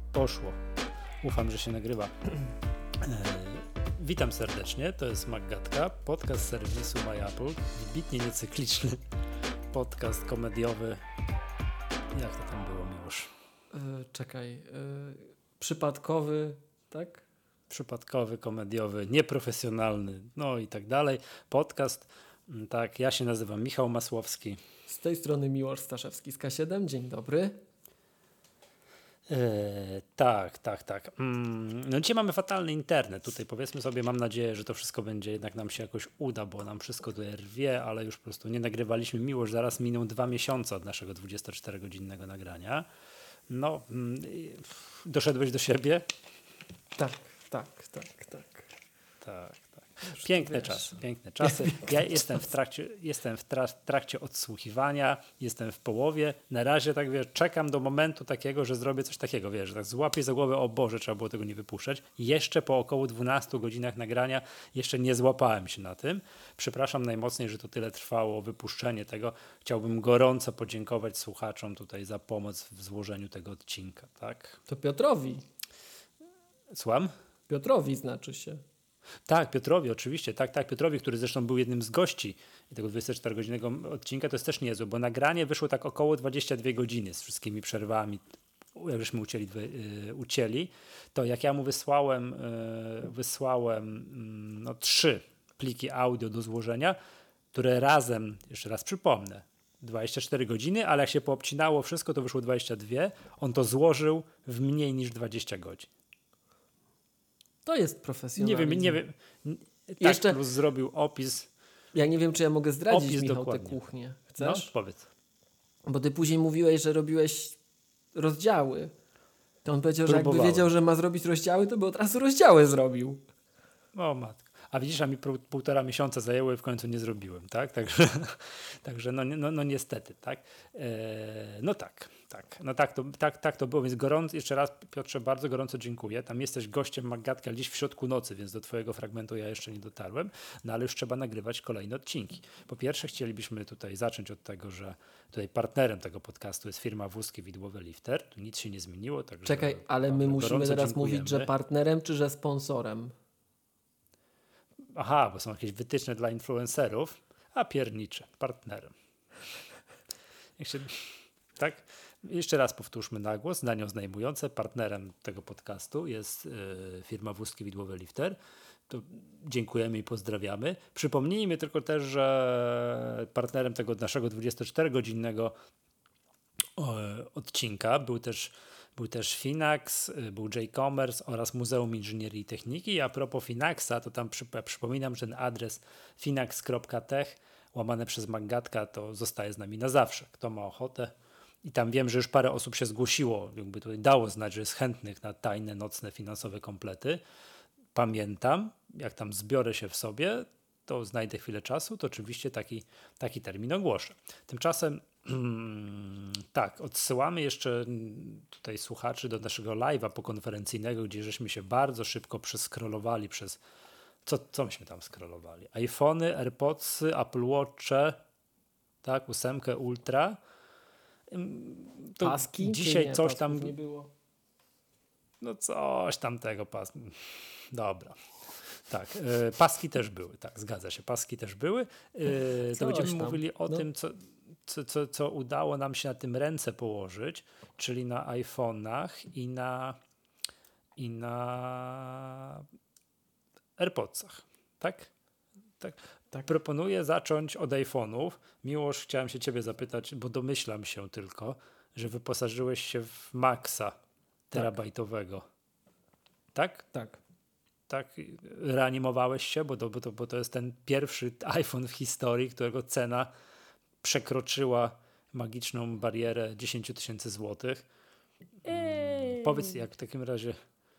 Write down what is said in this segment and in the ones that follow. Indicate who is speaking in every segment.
Speaker 1: Poszło. Ufam, że się nagrywa. Witam serdecznie, to jest Maggatka, podcast serwisu MyApple, wybitnie niecykliczny podcast komediowy. Jak to tam było, Miłosz?
Speaker 2: Przypadkowy, tak?
Speaker 1: Przypadkowy, komediowy, nieprofesjonalny, no i tak dalej. Podcast, tak, ja się nazywam Michał Masłowski.
Speaker 2: Z tej strony Miłosz Staszewski z K7, dzień dobry.
Speaker 1: Tak. No dzisiaj mamy fatalny internet. Tutaj powiedzmy sobie, mam nadzieję, że to wszystko będzie jednak nam się jakoś uda, bo nam wszystko tutaj rwie, ale już po prostu nie nagrywaliśmy. Miłość, zaraz miną 2 miesiące od naszego 24-godzinnego nagrania. No, doszedłeś do siebie?
Speaker 2: Tak.
Speaker 1: Piękne czasy. Ja jestem w trakcie odsłuchiwania, jestem w połowie. Na razie tak czekam do momentu takiego, że zrobię coś takiego, że tak złapię za głowę, o Boże, trzeba było tego nie wypuszczać. Jeszcze po około 12 godzinach nagrania jeszcze nie złapałem się na tym. Przepraszam najmocniej, że to tyle trwało wypuszczenie tego. Chciałbym gorąco podziękować słuchaczom tutaj za pomoc w złożeniu tego odcinka, tak?
Speaker 2: To Piotrowi.
Speaker 1: Słucham?
Speaker 2: Piotrowi znaczy się.
Speaker 1: Tak, Piotrowi oczywiście, tak, Piotrowi, który zresztą był jednym z gości tego 24-godzinnego odcinka, to jest też niezłe, bo nagranie wyszło tak około 22 godziny z wszystkimi przerwami, żeśmy ucięli, to jak ja mu wysłałem 3 pliki audio do złożenia, które razem, jeszcze raz przypomnę, 24 godziny, ale jak się poobcinało wszystko, to wyszło 22, on to złożył w mniej niż 20 godzin.
Speaker 2: To jest profesjonalizm.
Speaker 1: Nie wiem. Tak,
Speaker 2: jeszcze
Speaker 1: plus zrobił opis.
Speaker 2: Ja nie wiem, czy ja mogę zdradzić,
Speaker 1: opis
Speaker 2: Michał,
Speaker 1: dokładnie.
Speaker 2: tę kuchnię. Chcesz?
Speaker 1: No, powiedz.
Speaker 2: Bo ty później mówiłeś, że robiłeś rozdziały. To on powiedział, że jakby
Speaker 1: Próbowałem.
Speaker 2: wiedział, że ma zrobić rozdziały, to by od razu rozdziały zrobił.
Speaker 1: O matko. A widzisz, a mi 1,5 miesiąca zajęło i w końcu nie zrobiłem, tak? Także no niestety, tak? Tak to było, więc jeszcze raz, Piotrze, bardzo gorąco dziękuję. Tam jesteś gościem Maggatka dziś w środku nocy, więc do twojego fragmentu ja jeszcze nie dotarłem, no ale już trzeba nagrywać kolejne odcinki. Po pierwsze chcielibyśmy tutaj zacząć od tego, że tutaj partnerem tego podcastu jest firma Wózki Widłowe Lifter. Tu nic się nie zmieniło. Także
Speaker 2: Czekaj, ale my musimy teraz mówić, że partnerem czy że sponsorem?
Speaker 1: Aha, bo są jakieś wytyczne dla influencerów, a piernicze, partnerem. Tak? Jeszcze raz powtórzmy na głos, zdanie oznajmujące. Partnerem tego podcastu jest firma Wózki Widłowe Lifter. To dziękujemy i pozdrawiamy. Przypomnijmy tylko też, że partnerem tego naszego 24-godzinnego odcinka był też Finax, był J-Commerce oraz Muzeum Inżynierii i Techniki. A propos Finaxa, to tam przypominam, że ten adres finax.tech/Maggatka to zostaje z nami na zawsze. Kto ma ochotę. I tam wiem, że już parę osób się zgłosiło, jakby tutaj dało znać, że jest chętnych na tajne, nocne, finansowe komplety. Pamiętam, jak tam zbiorę się w sobie, to znajdę chwilę czasu, to oczywiście taki termin ogłoszę. Tymczasem tak, odsyłamy jeszcze tutaj słuchaczy do naszego live'a pokonferencyjnego, gdzie żeśmy się bardzo szybko przeskrolowali przez... Co myśmy tam scrollowali? iPhony, AirPodsy, Apple Watche, tak, 8 Ultra. To
Speaker 2: paski?
Speaker 1: Dzisiaj
Speaker 2: nie,
Speaker 1: coś tam...
Speaker 2: nie było.
Speaker 1: No coś tam tego Dobra. Tak, paski też były, tak, zgadza się, paski też były. To będziemy mówili o tym, co udało nam się na tym ręce położyć, czyli na iPhone'ach i na AirPodsach, tak? Proponuję zacząć od iPhone'ów. Miłosz, chciałem się ciebie zapytać, bo domyślam się tylko, że wyposażyłeś się w Maxa terabajtowego. Tak? Tak, reanimowałeś się, bo to jest ten pierwszy iPhone w historii, którego cena przekroczyła magiczną barierę 10 000 złotych. Powiedz, jak w takim razie,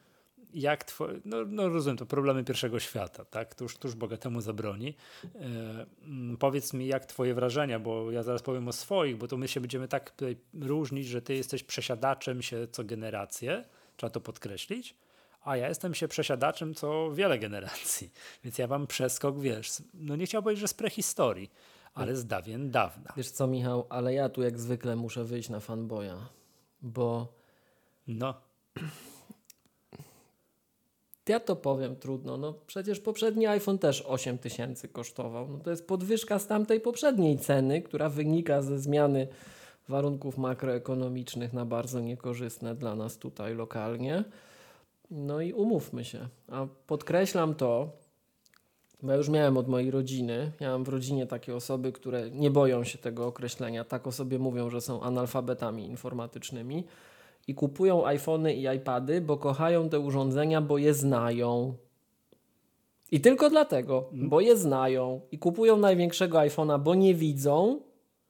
Speaker 1: no rozumiem, to problemy pierwszego świata, tak? To już bogatemu zabroni. Powiedz mi, jak twoje wrażenia, bo ja zaraz powiem o swoich, bo to my się będziemy tak tutaj różnić, że ty jesteś przesiadaczem się co generację, trzeba to podkreślić, a ja jestem się przesiadaczem co wiele generacji, więc ja mam przeskok, no nie chciałbym powiedzieć, że z prehistorii, ale z dawien dawna.
Speaker 2: Wiesz co, Michał, ale ja tu jak zwykle muszę wyjść na fanboya, bo
Speaker 1: no.
Speaker 2: Ja to powiem trudno. No przecież poprzedni iPhone też 8 000 kosztował. No to jest podwyżka z tamtej poprzedniej ceny, która wynika ze zmiany warunków makroekonomicznych na bardzo niekorzystne dla nas tutaj lokalnie. No i umówmy się. A podkreślam to, bo ja już miałem od mojej rodziny. Miałem w rodzinie takie osoby, które nie boją się tego określenia. Tak o sobie mówią, że są analfabetami informatycznymi. I kupują iPhony i iPady, bo kochają te urządzenia, bo je znają. I tylko dlatego, bo je znają. I kupują największego iPhone'a, bo nie widzą.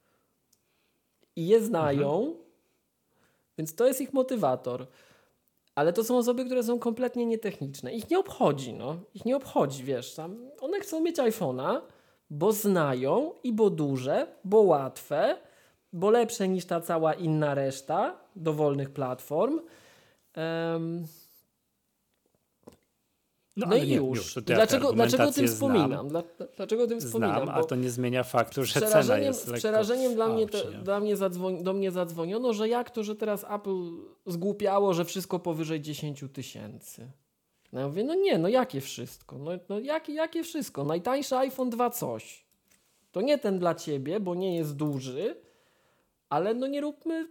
Speaker 2: I je znają. Więc to jest ich motywator. Ale to są osoby, które są kompletnie nietechniczne. Ich nie obchodzi, no. Ich nie obchodzi, wiesz. One chcą mieć iPhone'a, bo znają i bo duże, bo łatwe, bo lepsze niż ta cała inna reszta dowolnych platform. No i już. Dlaczego o tym wspominam? Dlaczego o tym wspominam?
Speaker 1: A to nie zmienia faktu, że cena jest lekko...
Speaker 2: Z przerażeniem do mnie zadzwoniono, że jak to, że teraz Apple zgłupiało, że wszystko powyżej 10 000. No ja mówię, no nie, no jakie wszystko? No jakie wszystko? Najtańszy iPhone 2 coś. To nie ten dla ciebie, bo nie jest duży, ale no nie róbmy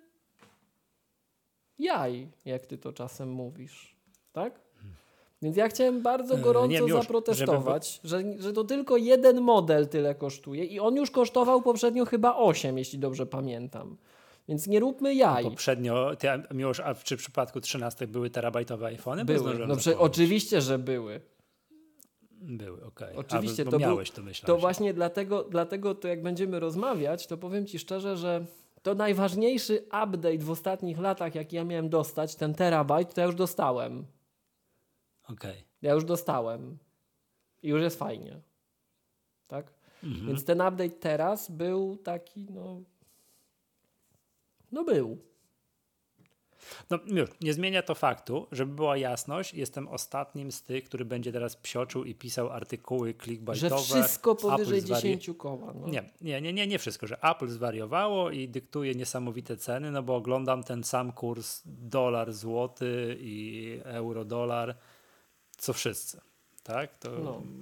Speaker 2: jaj, jak ty to czasem mówisz. Tak? Więc ja chciałem bardzo gorąco zaprotestować, że to tylko jeden model tyle kosztuje i on już kosztował poprzednio chyba 8, jeśli dobrze pamiętam. Więc nie róbmy jaj.
Speaker 1: Poprzednio, Miłosz, a czy w przypadku 13 były terabajtowe iPhony?
Speaker 2: Były. Oczywiście, że były.
Speaker 1: Były, okej.
Speaker 2: Oczywiście, to właśnie dlatego to jak będziemy rozmawiać, to powiem ci szczerze, że to najważniejszy update w ostatnich latach, jaki ja miałem dostać, ten terabajt, to ja już dostałem.
Speaker 1: Okay.
Speaker 2: Ja już dostałem. I już jest fajnie. Tak? Więc ten update teraz był taki, no był.
Speaker 1: No już, nie zmienia to faktu, żeby była jasność, jestem ostatnim z tych, który będzie teraz psioczył i pisał artykuły clickbaitowe.
Speaker 2: Że wszystko powyżej 10 koła. No.
Speaker 1: Nie wszystko, że Apple zwariowało i dyktuje niesamowite ceny, no bo oglądam ten sam kurs dolar-złoty i euro-dolar, co wszyscy, tak? To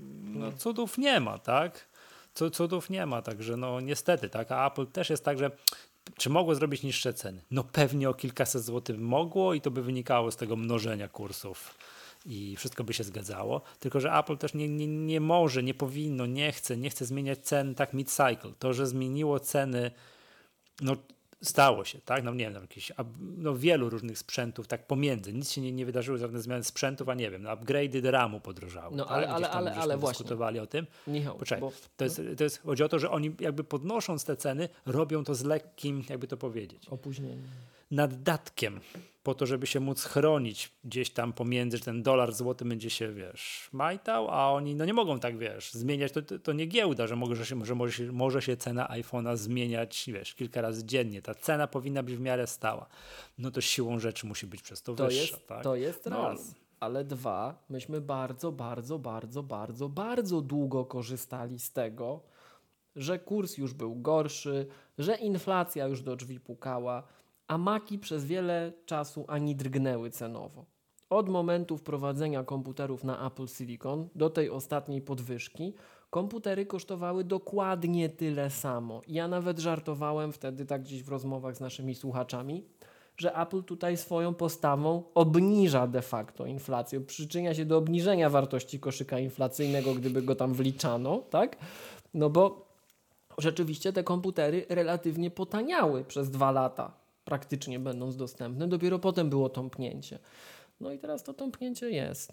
Speaker 1: cudów nie ma, tak? Cudów nie ma, także no niestety, tak? A Apple też jest tak, że czy mogło zrobić niższe ceny? No pewnie o kilkaset złotych mogło i to by wynikało z tego mnożenia kursów i wszystko by się zgadzało, tylko że Apple też nie może, nie powinno, nie chce zmieniać cen tak mid-cycle. To, że zmieniło ceny, no stało się, tak? No nie wiem, wielu różnych sprzętów tak pomiędzy. Nic się nie wydarzyło, żadne zmiany sprzętów, a nie wiem, upgrade'y do RAM-u podrażały.
Speaker 2: No
Speaker 1: tak?
Speaker 2: ale właśnie.
Speaker 1: Dyskutowali o tym.
Speaker 2: Michał,
Speaker 1: poczekaj, to jest, chodzi o to, że oni jakby podnosząc te ceny, robią to z lekkim, jakby to powiedzieć,
Speaker 2: opóźnieniem.
Speaker 1: Naddatkiem, po to, żeby się móc chronić gdzieś tam pomiędzy, że ten dolar złoty będzie się, majtał, a oni nie mogą tak, zmieniać, to nie giełda, że może się cena iPhone'a zmieniać, kilka razy dziennie. Ta cena powinna być w miarę stała. No to siłą rzeczy musi być przez to wyższa. Tak?
Speaker 2: To jest raz. Ale dwa, myśmy bardzo, bardzo, bardzo, bardzo, bardzo długo korzystali z tego, że kurs już był gorszy, że inflacja już do drzwi pukała, a Maki przez wiele czasu ani drgnęły cenowo. Od momentu wprowadzenia komputerów na Apple Silicon do tej ostatniej podwyżki komputery kosztowały dokładnie tyle samo. Ja nawet żartowałem wtedy tak gdzieś w rozmowach z naszymi słuchaczami, że Apple tutaj swoją postawą obniża de facto inflację, przyczynia się do obniżenia wartości koszyka inflacyjnego, gdyby go tam wliczano, tak? No bo rzeczywiście te komputery relatywnie potaniały przez 2 lata. Praktycznie będąc dostępne. Dopiero potem było tąpnięcie. No i teraz to tąpnięcie jest.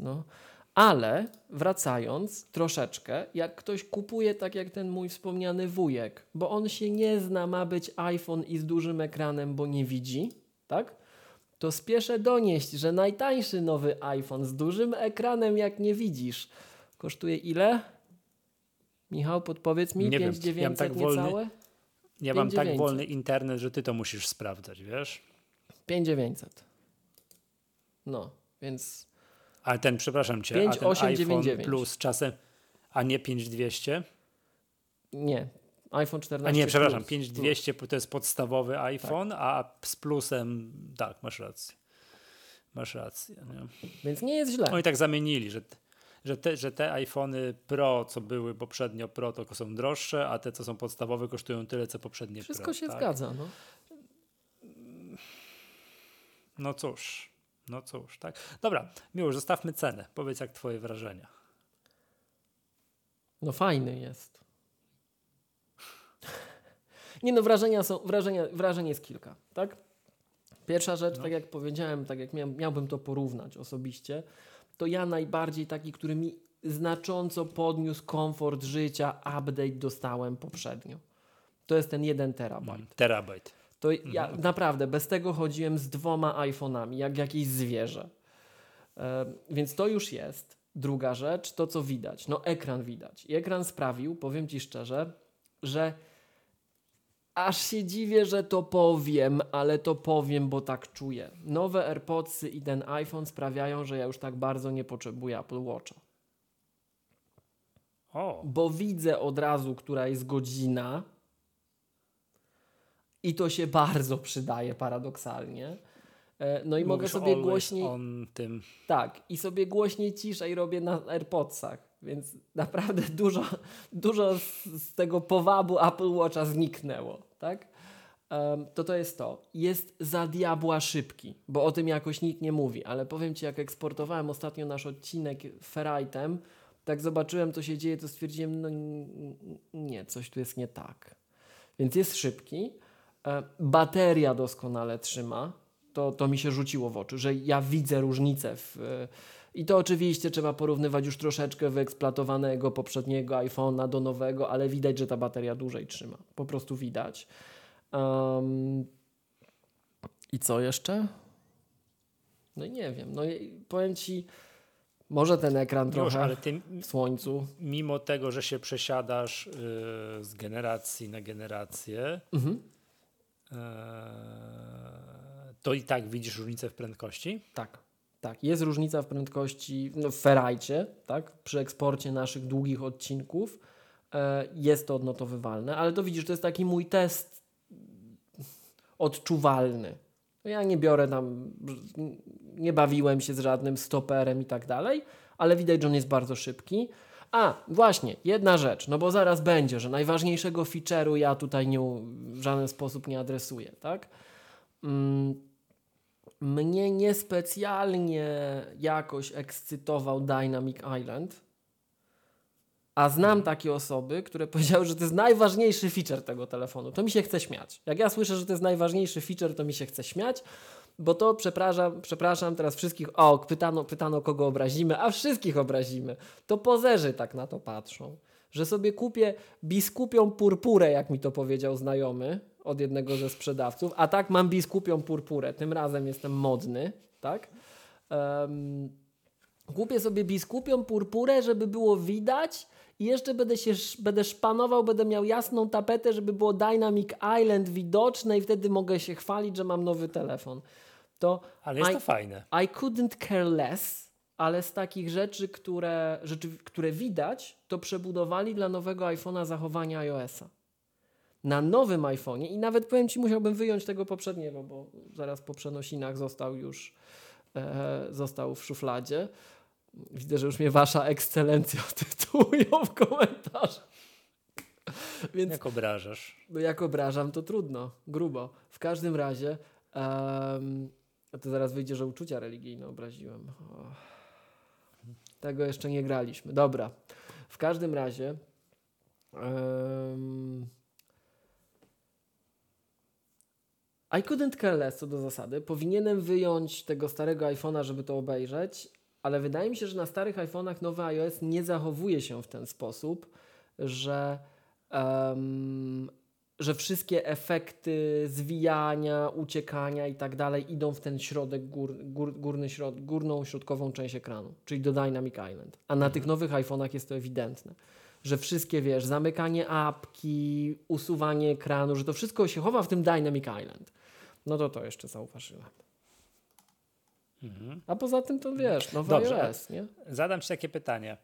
Speaker 2: Ale wracając troszeczkę, jak ktoś kupuje tak jak ten mój wspomniany wujek, bo on się nie zna, ma być iPhone i z dużym ekranem, bo nie widzi, tak? To spieszę donieść, że najtańszy nowy iPhone z dużym ekranem, jak nie widzisz, kosztuje ile? Michał, podpowiedz mi. 5900 niecałe?
Speaker 1: Ja mam tak wolny internet, że ty to musisz sprawdzać,
Speaker 2: 5900. No, więc...
Speaker 1: Ale ten, przepraszam cię,
Speaker 2: 5899
Speaker 1: Plus czasem, a nie 5200?
Speaker 2: Nie, iPhone 14
Speaker 1: A nie, przepraszam, 5200 to jest podstawowy iPhone, tak. A z plusem, tak, masz rację. Masz rację. Nie?
Speaker 2: Więc nie jest źle.
Speaker 1: No i tak zamienili, że te iPhony Pro, co były poprzednio Pro, to są droższe, a te, co są podstawowe, kosztują tyle, co poprzednie
Speaker 2: Wszystko
Speaker 1: Pro.
Speaker 2: się
Speaker 1: tak?
Speaker 2: zgadza. No.
Speaker 1: No cóż, tak. Dobra, Miłosz, zostawmy cenę. Powiedz, jak twoje wrażenia.
Speaker 2: No fajny jest. Nie no, wrażeń jest kilka, tak? Pierwsza rzecz, tak jak powiedziałem, tak jak miałbym to porównać osobiście, to ja najbardziej taki, który mi znacząco podniósł komfort życia, update dostałem poprzednio. To jest ten 1 terabajt.
Speaker 1: Terabajt.
Speaker 2: To ja naprawdę bez tego chodziłem z 2 iPhone'ami, jak jakieś zwierzę. Więc to już jest. Druga rzecz, to co widać. No ekran widać. I ekran sprawił, powiem Ci szczerze, że aż się dziwię, że to powiem, ale to powiem, bo tak czuję. Nowe AirPodsy i ten iPhone sprawiają, że ja już tak bardzo nie potrzebuję Apple Watcha. Bo widzę od razu, która jest godzina i to się bardzo przydaje paradoksalnie. No i mogę sobie głośniej... Tak, i sobie głośniej, ciszej robię na AirPodsach, więc naprawdę dużo z tego powabu Apple Watcha zniknęło, tak? To jest to. Jest za diabła szybki, bo o tym jakoś nikt nie mówi, ale powiem Ci, jak eksportowałem ostatnio nasz odcinek Ferrite'em, tak zobaczyłem, co się dzieje, to stwierdziłem, no nie, coś tu jest nie tak. Więc jest szybki, bateria doskonale trzyma, to mi się rzuciło w oczy, że ja widzę różnicę i to oczywiście trzeba porównywać już troszeczkę wyeksploatowanego poprzedniego iPhone'a do nowego, ale widać, że ta bateria dłużej trzyma. Po prostu widać. I co jeszcze? No i nie wiem. No powiem Ci, może ten ekran trochę
Speaker 1: ale ty,
Speaker 2: w słońcu.
Speaker 1: Mimo tego, że się przesiadasz z generacji na generację, to i tak widzisz różnicę w prędkości?
Speaker 2: Tak. Jest różnica w prędkości w Ferrite, tak? Przy eksporcie naszych długich odcinków jest to odnotowywalne, ale to widzisz, to jest taki mój test odczuwalny. Ja nie biorę tam, nie bawiłem się z żadnym stoperem i tak dalej, ale widać, że on jest bardzo szybki. A, właśnie, jedna rzecz, no bo zaraz będzie, że najważniejszego feature'u ja tutaj w żaden sposób nie adresuję, tak? Mnie niespecjalnie jakoś ekscytował Dynamic Island, a znam takie osoby, które powiedziały, że to jest najważniejszy feature tego telefonu. To mi się chce śmiać. Jak ja słyszę, że to jest najważniejszy feature, to mi się chce śmiać, bo to, przepraszam teraz wszystkich, pytano kogo obrazimy, a wszystkich obrazimy. To pozerzy tak na to patrzą, że sobie kupię biskupią purpurę, jak mi to powiedział znajomy od jednego ze sprzedawców, a tak mam biskupią purpurę, tym razem jestem modny, tak? Kupię sobie biskupią purpurę, żeby było widać i jeszcze będę szpanował, będę miał jasną tapetę, żeby było Dynamic Island widoczne i wtedy mogę się chwalić, że mam nowy telefon.
Speaker 1: Ale jest to fajne.
Speaker 2: I couldn't care less, ale z takich rzeczy, które widać, to przebudowali dla nowego iPhone'a zachowania iOS-a. Na nowym iPhone'ie i nawet powiem Ci, musiałbym wyjąć tego poprzedniego, bo zaraz po przenosinach został w szufladzie. Widzę, że już mnie Wasza ekscelencja tytułują w komentarzach. Więc,
Speaker 1: jak obrażasz?
Speaker 2: Jak obrażam, to trudno, grubo. W każdym razie to zaraz wyjdzie, że uczucia religijne obraziłem. Tego jeszcze nie graliśmy. Dobra. W każdym razie I couldn't care less co do zasady. Powinienem wyjąć tego starego iPhone'a, żeby to obejrzeć, ale wydaje mi się, że na starych iPhone'ach nowy iOS nie zachowuje się w ten sposób, że wszystkie efekty zwijania, uciekania i tak dalej idą w ten środek, górną, środkową część ekranu, czyli do Dynamic Island. A na tych nowych iPhone'ach jest to ewidentne, że wszystkie, zamykanie apki, usuwanie ekranu, że to wszystko się chowa w tym Dynamic Island. No to jeszcze zauważyłem. A poza tym to nowy iOS, nie?
Speaker 1: Zadam Ci takie pytanie.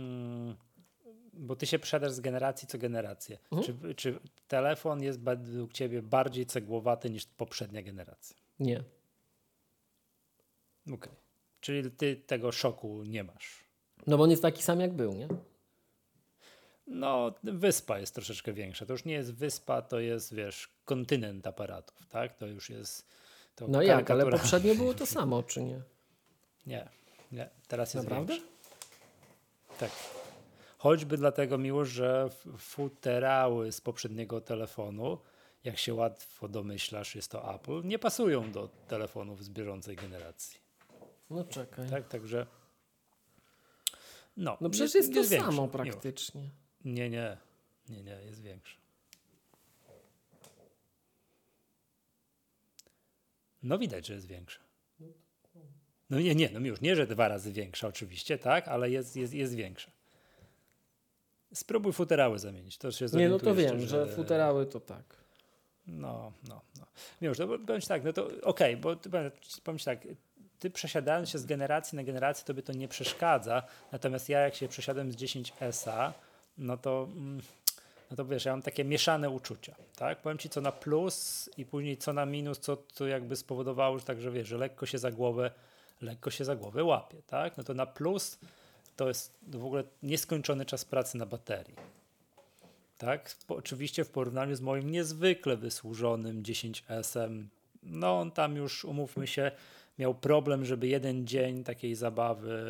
Speaker 1: Bo Ty się przesiadasz z generacji co generację. Czy telefon jest według Ciebie bardziej cegłowaty niż poprzednia generacja?
Speaker 2: Nie.
Speaker 1: Okej. Czyli ty tego szoku nie masz.
Speaker 2: No bo on jest taki sam jak był, nie?
Speaker 1: No, wyspa jest troszeczkę większa. To już nie jest wyspa, to jest, wiesz, kontynent aparatów, tak? To już jest... To
Speaker 2: No jak, ale
Speaker 1: karykatura.
Speaker 2: poprzednio było to samo, czy nie?
Speaker 1: Nie. Teraz jest
Speaker 2: Naprawdę?
Speaker 1: większa. Tak. Choćby dlatego, Miłosz, że futerały z poprzedniego telefonu, jak się łatwo domyślasz, jest to Apple, nie pasują do telefonów z bieżącej generacji.
Speaker 2: No czekaj.
Speaker 1: Tak, także... No
Speaker 2: przecież jest to
Speaker 1: większa,
Speaker 2: samo
Speaker 1: Miłosz.
Speaker 2: praktycznie.
Speaker 1: Nie, jest większa. No widać, że jest większa. No Miłosz, nie, że 2 razy większa oczywiście, tak, ale jest większa. Spróbuj futerały zamienić. To się
Speaker 2: Nie, no to
Speaker 1: zorientujesz,
Speaker 2: wiem, że futerały to tak.
Speaker 1: No. Miłosz, to powiem ci tak, no to okej, bo powiem ci tak, ty przesiadając się z generacji na generację, tobie to nie przeszkadza, natomiast ja jak się przesiadłem z 10S-a, no to wiesz, ja mam takie mieszane uczucia, tak? Powiem ci co na plus i później co na minus, co to jakby spowodowało, że także wiesz, że lekko się za głowę łapie, tak? No to na plus to jest w ogóle nieskończony czas pracy na baterii. Tak? Oczywiście w porównaniu z moim niezwykle wysłużonym 10S-em, no on tam już, umówmy się, miał problem, żeby jeden dzień takiej zabawy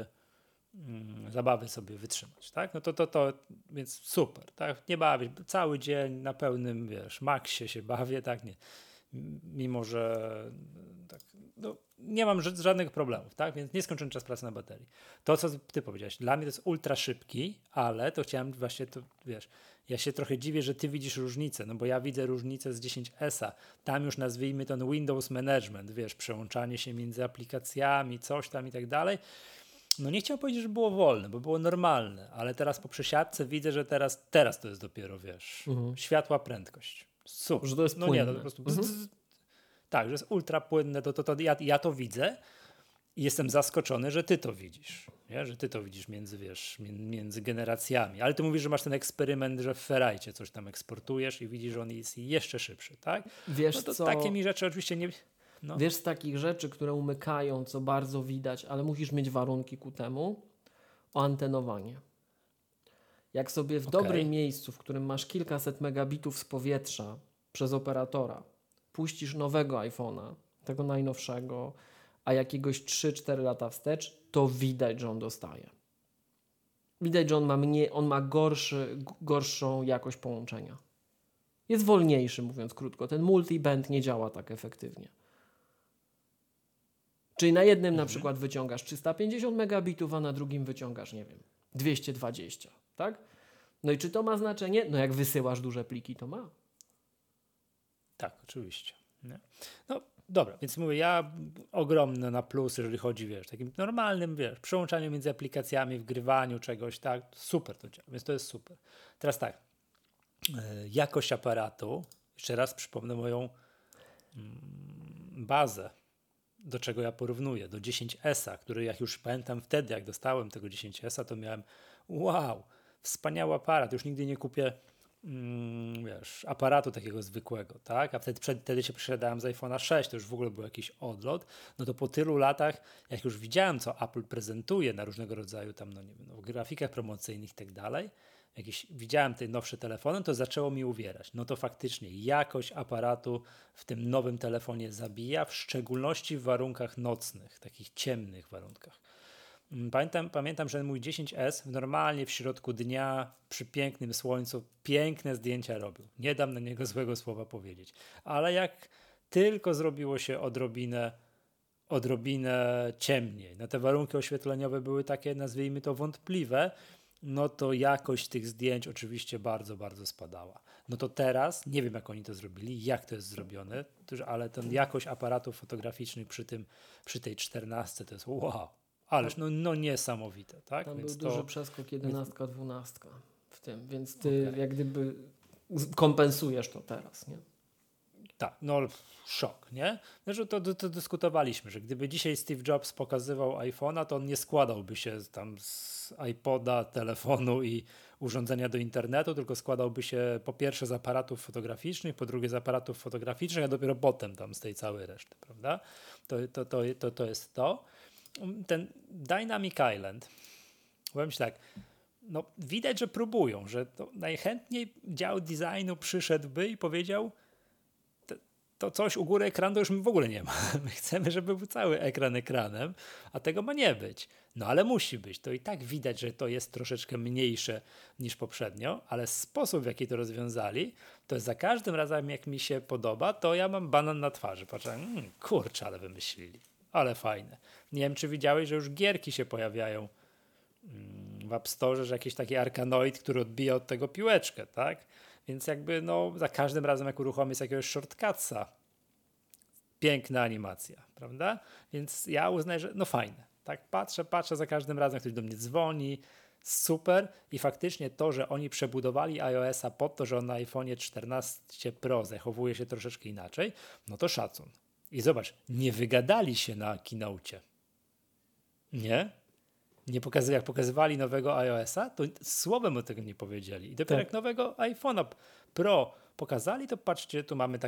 Speaker 1: sobie wytrzymać, tak? No to więc super, tak? Nie bawię, cały dzień na pełnym, wiesz, maksie się bawię, tak? Nie, mimo że tak, no, nie mam żadnych problemów, tak? Więc nieskończony czas pracy na baterii. To, co ty powiedziałeś, dla mnie to jest ultra szybki, ale to chciałem właśnie, to wiesz, ja się trochę dziwię, że ty widzisz różnicę, no bo ja widzę różnicę z 10S-a. Tam już nazwijmy ten Windows Management, wiesz, przełączanie się między aplikacjami, coś tam i tak dalej. No nie chciałem powiedzieć, że było wolne, bo było normalne, ale teraz po przesiadce widzę, że teraz to jest dopiero, wiesz, światła prędkość. Super.
Speaker 2: Że to jest
Speaker 1: no
Speaker 2: płynne.
Speaker 1: nie, to po prostu tak, że jest ultra płynne, ja to widzę i jestem zaskoczony, że ty to widzisz, nie? Że ty to widzisz między generacjami, ale ty mówisz, że masz ten eksperyment, że w Ferrite coś tam eksportujesz i widzisz, że on jest jeszcze szybszy, tak?
Speaker 2: Wiesz
Speaker 1: no to
Speaker 2: co?
Speaker 1: takie mi rzeczy oczywiście nie... No.
Speaker 2: Wiesz, z takich rzeczy, które umykają, co bardzo widać, ale musisz mieć warunki ku temu, o antenowanie. Jak sobie w dobrym miejscu, w którym masz kilkaset megabitów z powietrza przez operatora, puścisz nowego iPhone'a, tego najnowszego, a jakiegoś 3-4 lata wstecz, to widać, że on dostaje. Widać, że on ma gorszą jakość połączenia. Jest wolniejszy, mówiąc krótko. Ten multiband nie działa tak efektywnie. Czyli na jednym na przykład wyciągasz 350 megabitów, a na drugim wyciągasz, nie wiem, 220, tak? No i czy to ma znaczenie? No jak wysyłasz duże pliki, to ma.
Speaker 1: Tak, oczywiście. Nie? No dobra, więc mówię, ja ogromny na plus, jeżeli chodzi, wiesz, takim normalnym, wiesz, przełączaniu między aplikacjami, wgrywaniu czegoś, tak, super to działa, więc to jest super. Teraz tak, jakość aparatu, jeszcze raz przypomnę moją bazę, do czego ja porównuję, do 10S-a, który jak już pamiętam wtedy, jak dostałem tego 10S-a, to miałem wow, wspaniały aparat, już nigdy nie kupię wiesz, aparatu takiego zwykłego, tak? A wtedy się przesiadałem z iPhone'a 6, to już w ogóle był jakiś odlot, no to po tylu latach, jak już widziałem, co Apple prezentuje na różnego rodzaju tam, no nie wiem, no, grafikach promocyjnych i tak dalej, widziałem te nowsze telefony, to zaczęło mi uwierać. No to faktycznie jakość aparatu w tym nowym telefonie zabija, w szczególności w warunkach nocnych, takich ciemnych warunkach. Pamiętam, że mój 10S normalnie w środku dnia, przy pięknym słońcu, piękne zdjęcia robił. Nie dam na niego złego słowa powiedzieć. Ale jak tylko zrobiło się odrobinę ciemniej, no te warunki oświetleniowe były takie, nazwijmy to, wątpliwe, no to jakość tych zdjęć oczywiście bardzo, bardzo spadała. No to teraz, nie wiem jak oni to zrobili, jak to jest zrobione, ale ten jakość aparatów fotograficznych przy tej 14 to jest wow. Ależ no niesamowite, tak?
Speaker 2: Tam
Speaker 1: więc
Speaker 2: był duży przeskok 11, 12 w tym, więc ty jak gdyby kompensujesz to teraz, nie?
Speaker 1: Tak, no szok, nie? Znaczy to dyskutowaliśmy, że gdyby dzisiaj Steve Jobs pokazywał iPhone'a, to on nie składałby się tam z iPoda, telefonu i urządzenia do internetu, tylko składałby się po pierwsze z aparatów fotograficznych, po drugie z aparatów fotograficznych, a dopiero potem tam z tej całej reszty, prawda? To jest to. Ten Dynamic Island, powiem ci tak, no widać, że próbują, że to najchętniej dział designu przyszedłby i powiedział, to coś u góry ekranu to już w ogóle nie ma. My chcemy, żeby był cały ekran ekranem, a tego ma nie być. No ale musi być. To i tak widać, że to jest troszeczkę mniejsze niż poprzednio, ale sposób, w jaki to rozwiązali, to jest za każdym razem, jak mi się podoba, to ja mam banan na twarzy. Patrzę, kurczę, ale wymyślili. Ale fajne. Nie wiem, czy widziałeś, że już gierki się pojawiają w App Store, że jakiś taki Arkanoid, który odbija od tego piłeczkę, tak? Więc jakby no za każdym razem jak uruchomię z jakiegoś shortcutsa, piękna animacja, prawda? Więc ja uznaję, że no fajne. Tak patrzę za każdym razem, ktoś do mnie dzwoni, super i faktycznie to, że oni przebudowali iOS-a pod to, że on na iPhone 14 Pro zachowuje się troszeczkę inaczej, no to szacun. I zobacz, nie wygadali się na keynocie. Nie? Jak pokazywali nowego iOS-a, to słowem o tego nie powiedzieli. I dopiero jak nowego iPhone'a Pro pokazali, to patrzcie, tu mamy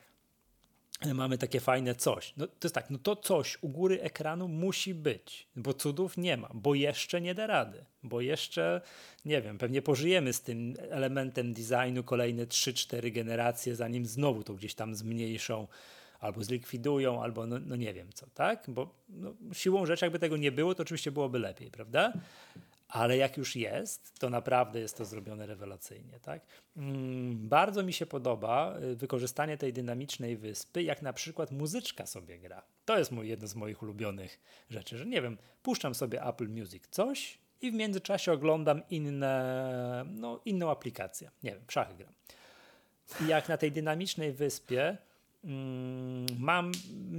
Speaker 1: takie fajne coś. No to jest tak, no to coś u góry ekranu musi być, bo cudów nie ma, bo jeszcze nie da rady, bo jeszcze, nie wiem, pewnie pożyjemy z tym elementem designu kolejne 3-4 generacje, zanim znowu to gdzieś tam zmniejszą, albo zlikwidują, albo no nie wiem co, tak? Bo no, siłą rzeczy, jakby tego nie było, to oczywiście byłoby lepiej, prawda? Ale jak już jest, to naprawdę jest to zrobione rewelacyjnie, tak? Bardzo mi się podoba wykorzystanie tej dynamicznej wyspy, jak na przykład muzyczka sobie gra. To jest jedno z moich ulubionych rzeczy, że nie wiem, puszczam sobie Apple Music coś i w międzyczasie oglądam inną aplikację. Nie wiem, w szachy gram. I jak na tej dynamicznej wyspie mam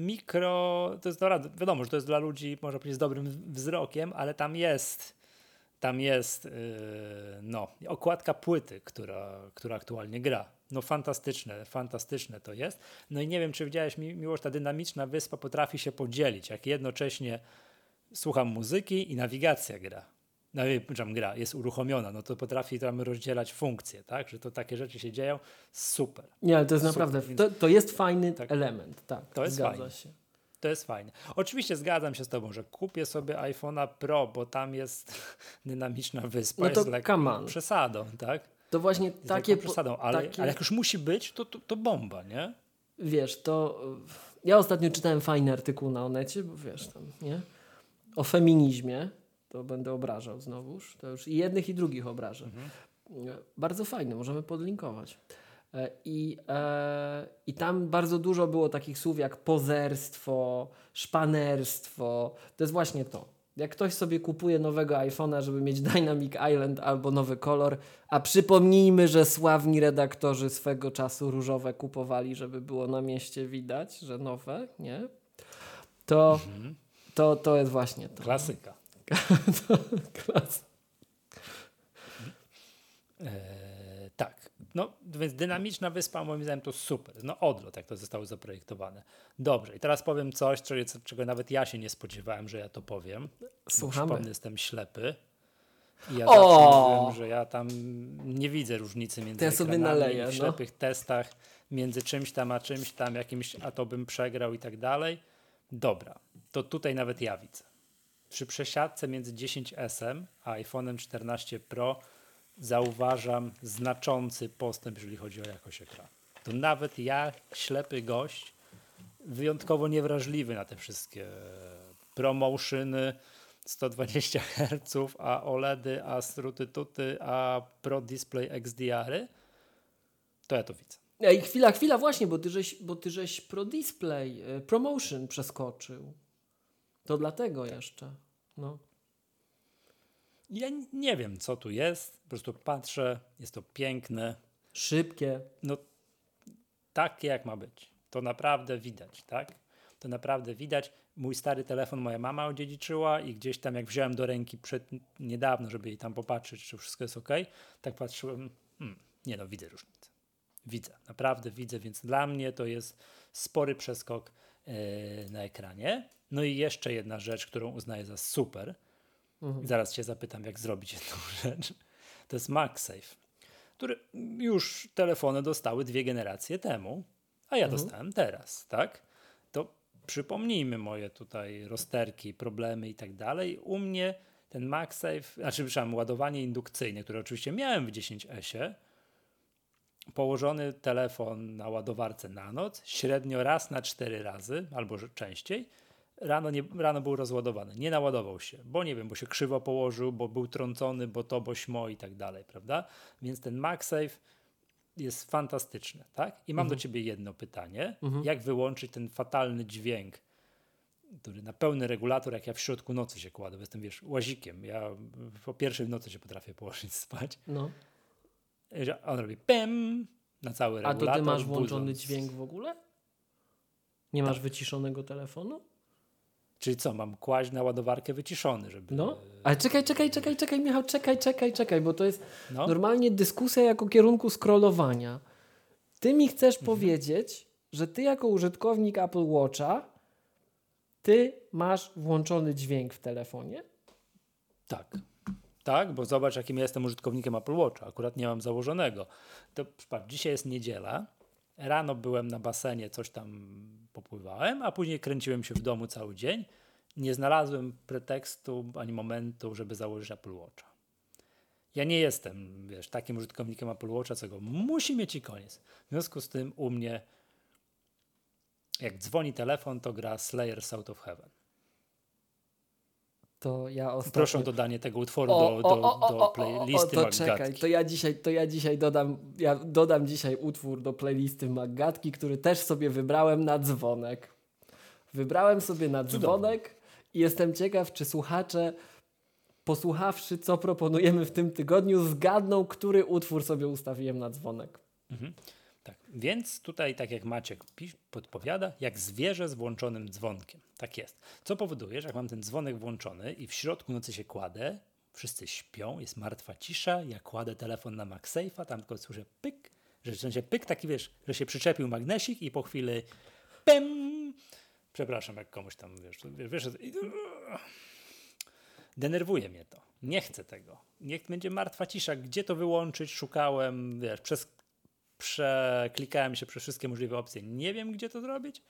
Speaker 1: to jest wiadomo, że to jest dla ludzi, można powiedzieć, z dobrym wzrokiem, ale tam jest okładka płyty, która aktualnie gra. No fantastyczne to jest. No i nie wiem, czy widziałeś, Miłosz, ta dynamiczna wyspa potrafi się podzielić, jak jednocześnie słucham muzyki i nawigacja jest uruchomiona, no to potrafi tam rozdzielać funkcje, tak, że to takie rzeczy się dzieją, super.
Speaker 2: Nie, ale to jest
Speaker 1: super,
Speaker 2: naprawdę, to jest fajny element, tak,
Speaker 1: to jest
Speaker 2: zgadza
Speaker 1: fajne.
Speaker 2: się.
Speaker 1: To jest fajne. Oczywiście zgadzam się z tobą, że kupię sobie iPhone'a Pro, bo tam jest dynamiczna wyspa,
Speaker 2: no to
Speaker 1: jest lekką przesadą, tak?
Speaker 2: To właśnie
Speaker 1: jest
Speaker 2: takie
Speaker 1: przesadą, ale jak już musi być, to bomba, nie?
Speaker 2: Wiesz, ja ostatnio czytałem fajny artykuł na Onecie, bo wiesz tam, nie? O feminizmie, to będę obrażał znowuż, to już i jednych i drugich obrażę. Bardzo fajny, możemy podlinkować. I tam bardzo dużo było takich słów jak pozerstwo, szpanerstwo. To jest właśnie to. Jak ktoś sobie kupuje nowego iPhone'a, żeby mieć Dynamic Island albo nowy kolor, a przypomnijmy, że sławni redaktorzy swego czasu różowe kupowali, żeby było na mieście widać, że nowe, nie? To jest właśnie to.
Speaker 1: Klasyka. Tak. No, więc dynamiczna wyspa, moim zdaniem, to super. No odlot, jak to zostało zaprojektowane. Dobrze, i teraz powiem coś, czego nawet ja się nie spodziewałem, że ja to powiem.
Speaker 2: Słuchamy.
Speaker 1: Przypomnę, jestem ślepy. I ja zawsze mówiłem, że ja tam nie widzę różnicy między ekranami w ślepych testach, między czymś tam a czymś tam, a to bym przegrał i tak dalej. Dobra, to tutaj nawet ja widzę. Przy przesiadce między 10S a iPhone'em 14 Pro zauważam znaczący postęp, jeżeli chodzi o jakość ekranu. To nawet ja, ślepy gość, wyjątkowo niewrażliwy na te wszystkie promotiony, 120 Hz, a OLEDy, a struty-tuty, a Pro Display XDR-y, to ja to widzę.
Speaker 2: Ej, chwila, właśnie, bo ty żeś Pro Display, Promotion przeskoczył. To dlatego jeszcze. No.
Speaker 1: Ja nie wiem, co tu jest, po prostu patrzę, jest to piękne.
Speaker 2: Szybkie.
Speaker 1: No, takie jak ma być. To naprawdę widać, tak? To naprawdę widać. Mój stary telefon moja mama odziedziczyła i gdzieś tam jak wziąłem do ręki niedawno, żeby jej tam popatrzeć, czy wszystko jest ok, tak patrzyłem, widzę różnicę. Widzę, naprawdę widzę, więc dla mnie to jest spory przeskok na ekranie. No i jeszcze jedna rzecz, którą uznaję za super. I zaraz cię zapytam, jak zrobić jedną rzecz. To jest MagSafe, który już telefony dostały 2 generacje temu, a ja dostałem teraz, tak? To przypomnijmy moje tutaj rozterki, problemy i tak dalej. U mnie ten MagSafe, ładowanie indukcyjne, które oczywiście miałem w 10S-ie, położony telefon na ładowarce na noc, średnio raz na 4 razy, albo częściej, rano był rozładowany. Nie naładował się, bo nie wiem, bo się krzywo położył, bo był trącony, bo to, bo śmo i tak dalej, prawda? Więc ten MagSafe jest fantastyczny, tak? I mam do ciebie jedno pytanie. Jak wyłączyć ten fatalny dźwięk, który na pełny regulator, jak ja w środku nocy się kładę, bo jestem, wiesz, łazikiem. Ja po pierwszej w nocy się potrafię położyć spać.
Speaker 2: No.
Speaker 1: On robi pem na cały regulator.
Speaker 2: A to ty masz włączony dźwięk w ogóle? Nie masz wyciszonego telefonu?
Speaker 1: Czyli co, mam kłaść na ładowarkę wyciszony, żeby...
Speaker 2: No, ale czekaj, Michał, czekaj, bo to jest
Speaker 1: No.
Speaker 2: normalnie dyskusja jako kierunku scrollowania. Ty mi chcesz powiedzieć, że ty jako użytkownik Apple Watcha, ty masz włączony dźwięk w telefonie?
Speaker 1: Tak, bo zobacz, jakim ja jestem użytkownikiem Apple Watcha. Akurat nie mam założonego. To patrz, dzisiaj jest niedziela. Rano byłem na basenie, coś tam popływałem, a później kręciłem się w domu cały dzień. Nie znalazłem pretekstu ani momentu, żeby założyć Apple Watcha. Ja nie jestem, wiesz, takim użytkownikiem Apple Watcha, co go musi mieć i koniec. W związku z tym u mnie, jak dzwoni telefon, to gra Slayer South of Heaven.
Speaker 2: To ja ostatnio...
Speaker 1: Proszę o dodanie tego utworu do playlisty
Speaker 2: to
Speaker 1: Maggatki.
Speaker 2: czekaj, to ja dzisiaj dodam dzisiaj utwór do playlisty Maggatki, który też sobie wybrałem na dzwonek. Wybrałem sobie na dzwonek i jestem ciekaw, czy słuchacze, posłuchawszy, co proponujemy w tym tygodniu, zgadną, który utwór sobie ustawiłem na dzwonek.
Speaker 1: Tak, więc tutaj, tak jak Maciek podpowiada, jak zwierzę z włączonym dzwonkiem. Tak jest. Co powoduje, że jak mam ten dzwonek włączony i w środku nocy się kładę, wszyscy śpią, jest martwa cisza, ja kładę telefon na MagSafe'a, tam tylko słyszę pyk, że pyk taki, wiesz, że się przyczepił magnesik i po chwili pem. Przepraszam, jak komuś tam, wiesz, denerwuje mnie to. Nie chcę tego. Niech będzie martwa cisza. Gdzie to wyłączyć? Szukałem, wiesz, przeklikałem się przez wszystkie możliwe opcje. Nie wiem, gdzie to zrobić.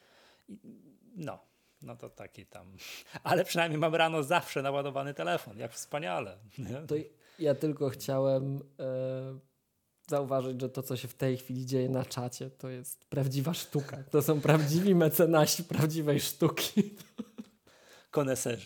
Speaker 1: No to taki tam. Ale przynajmniej mam rano zawsze naładowany telefon. Jak wspaniale. Nie?
Speaker 2: To ja tylko chciałem zauważyć, że to, co się w tej chwili dzieje na czacie, to jest prawdziwa sztuka. To są prawdziwi mecenasi prawdziwej sztuki.
Speaker 1: Koneserzy.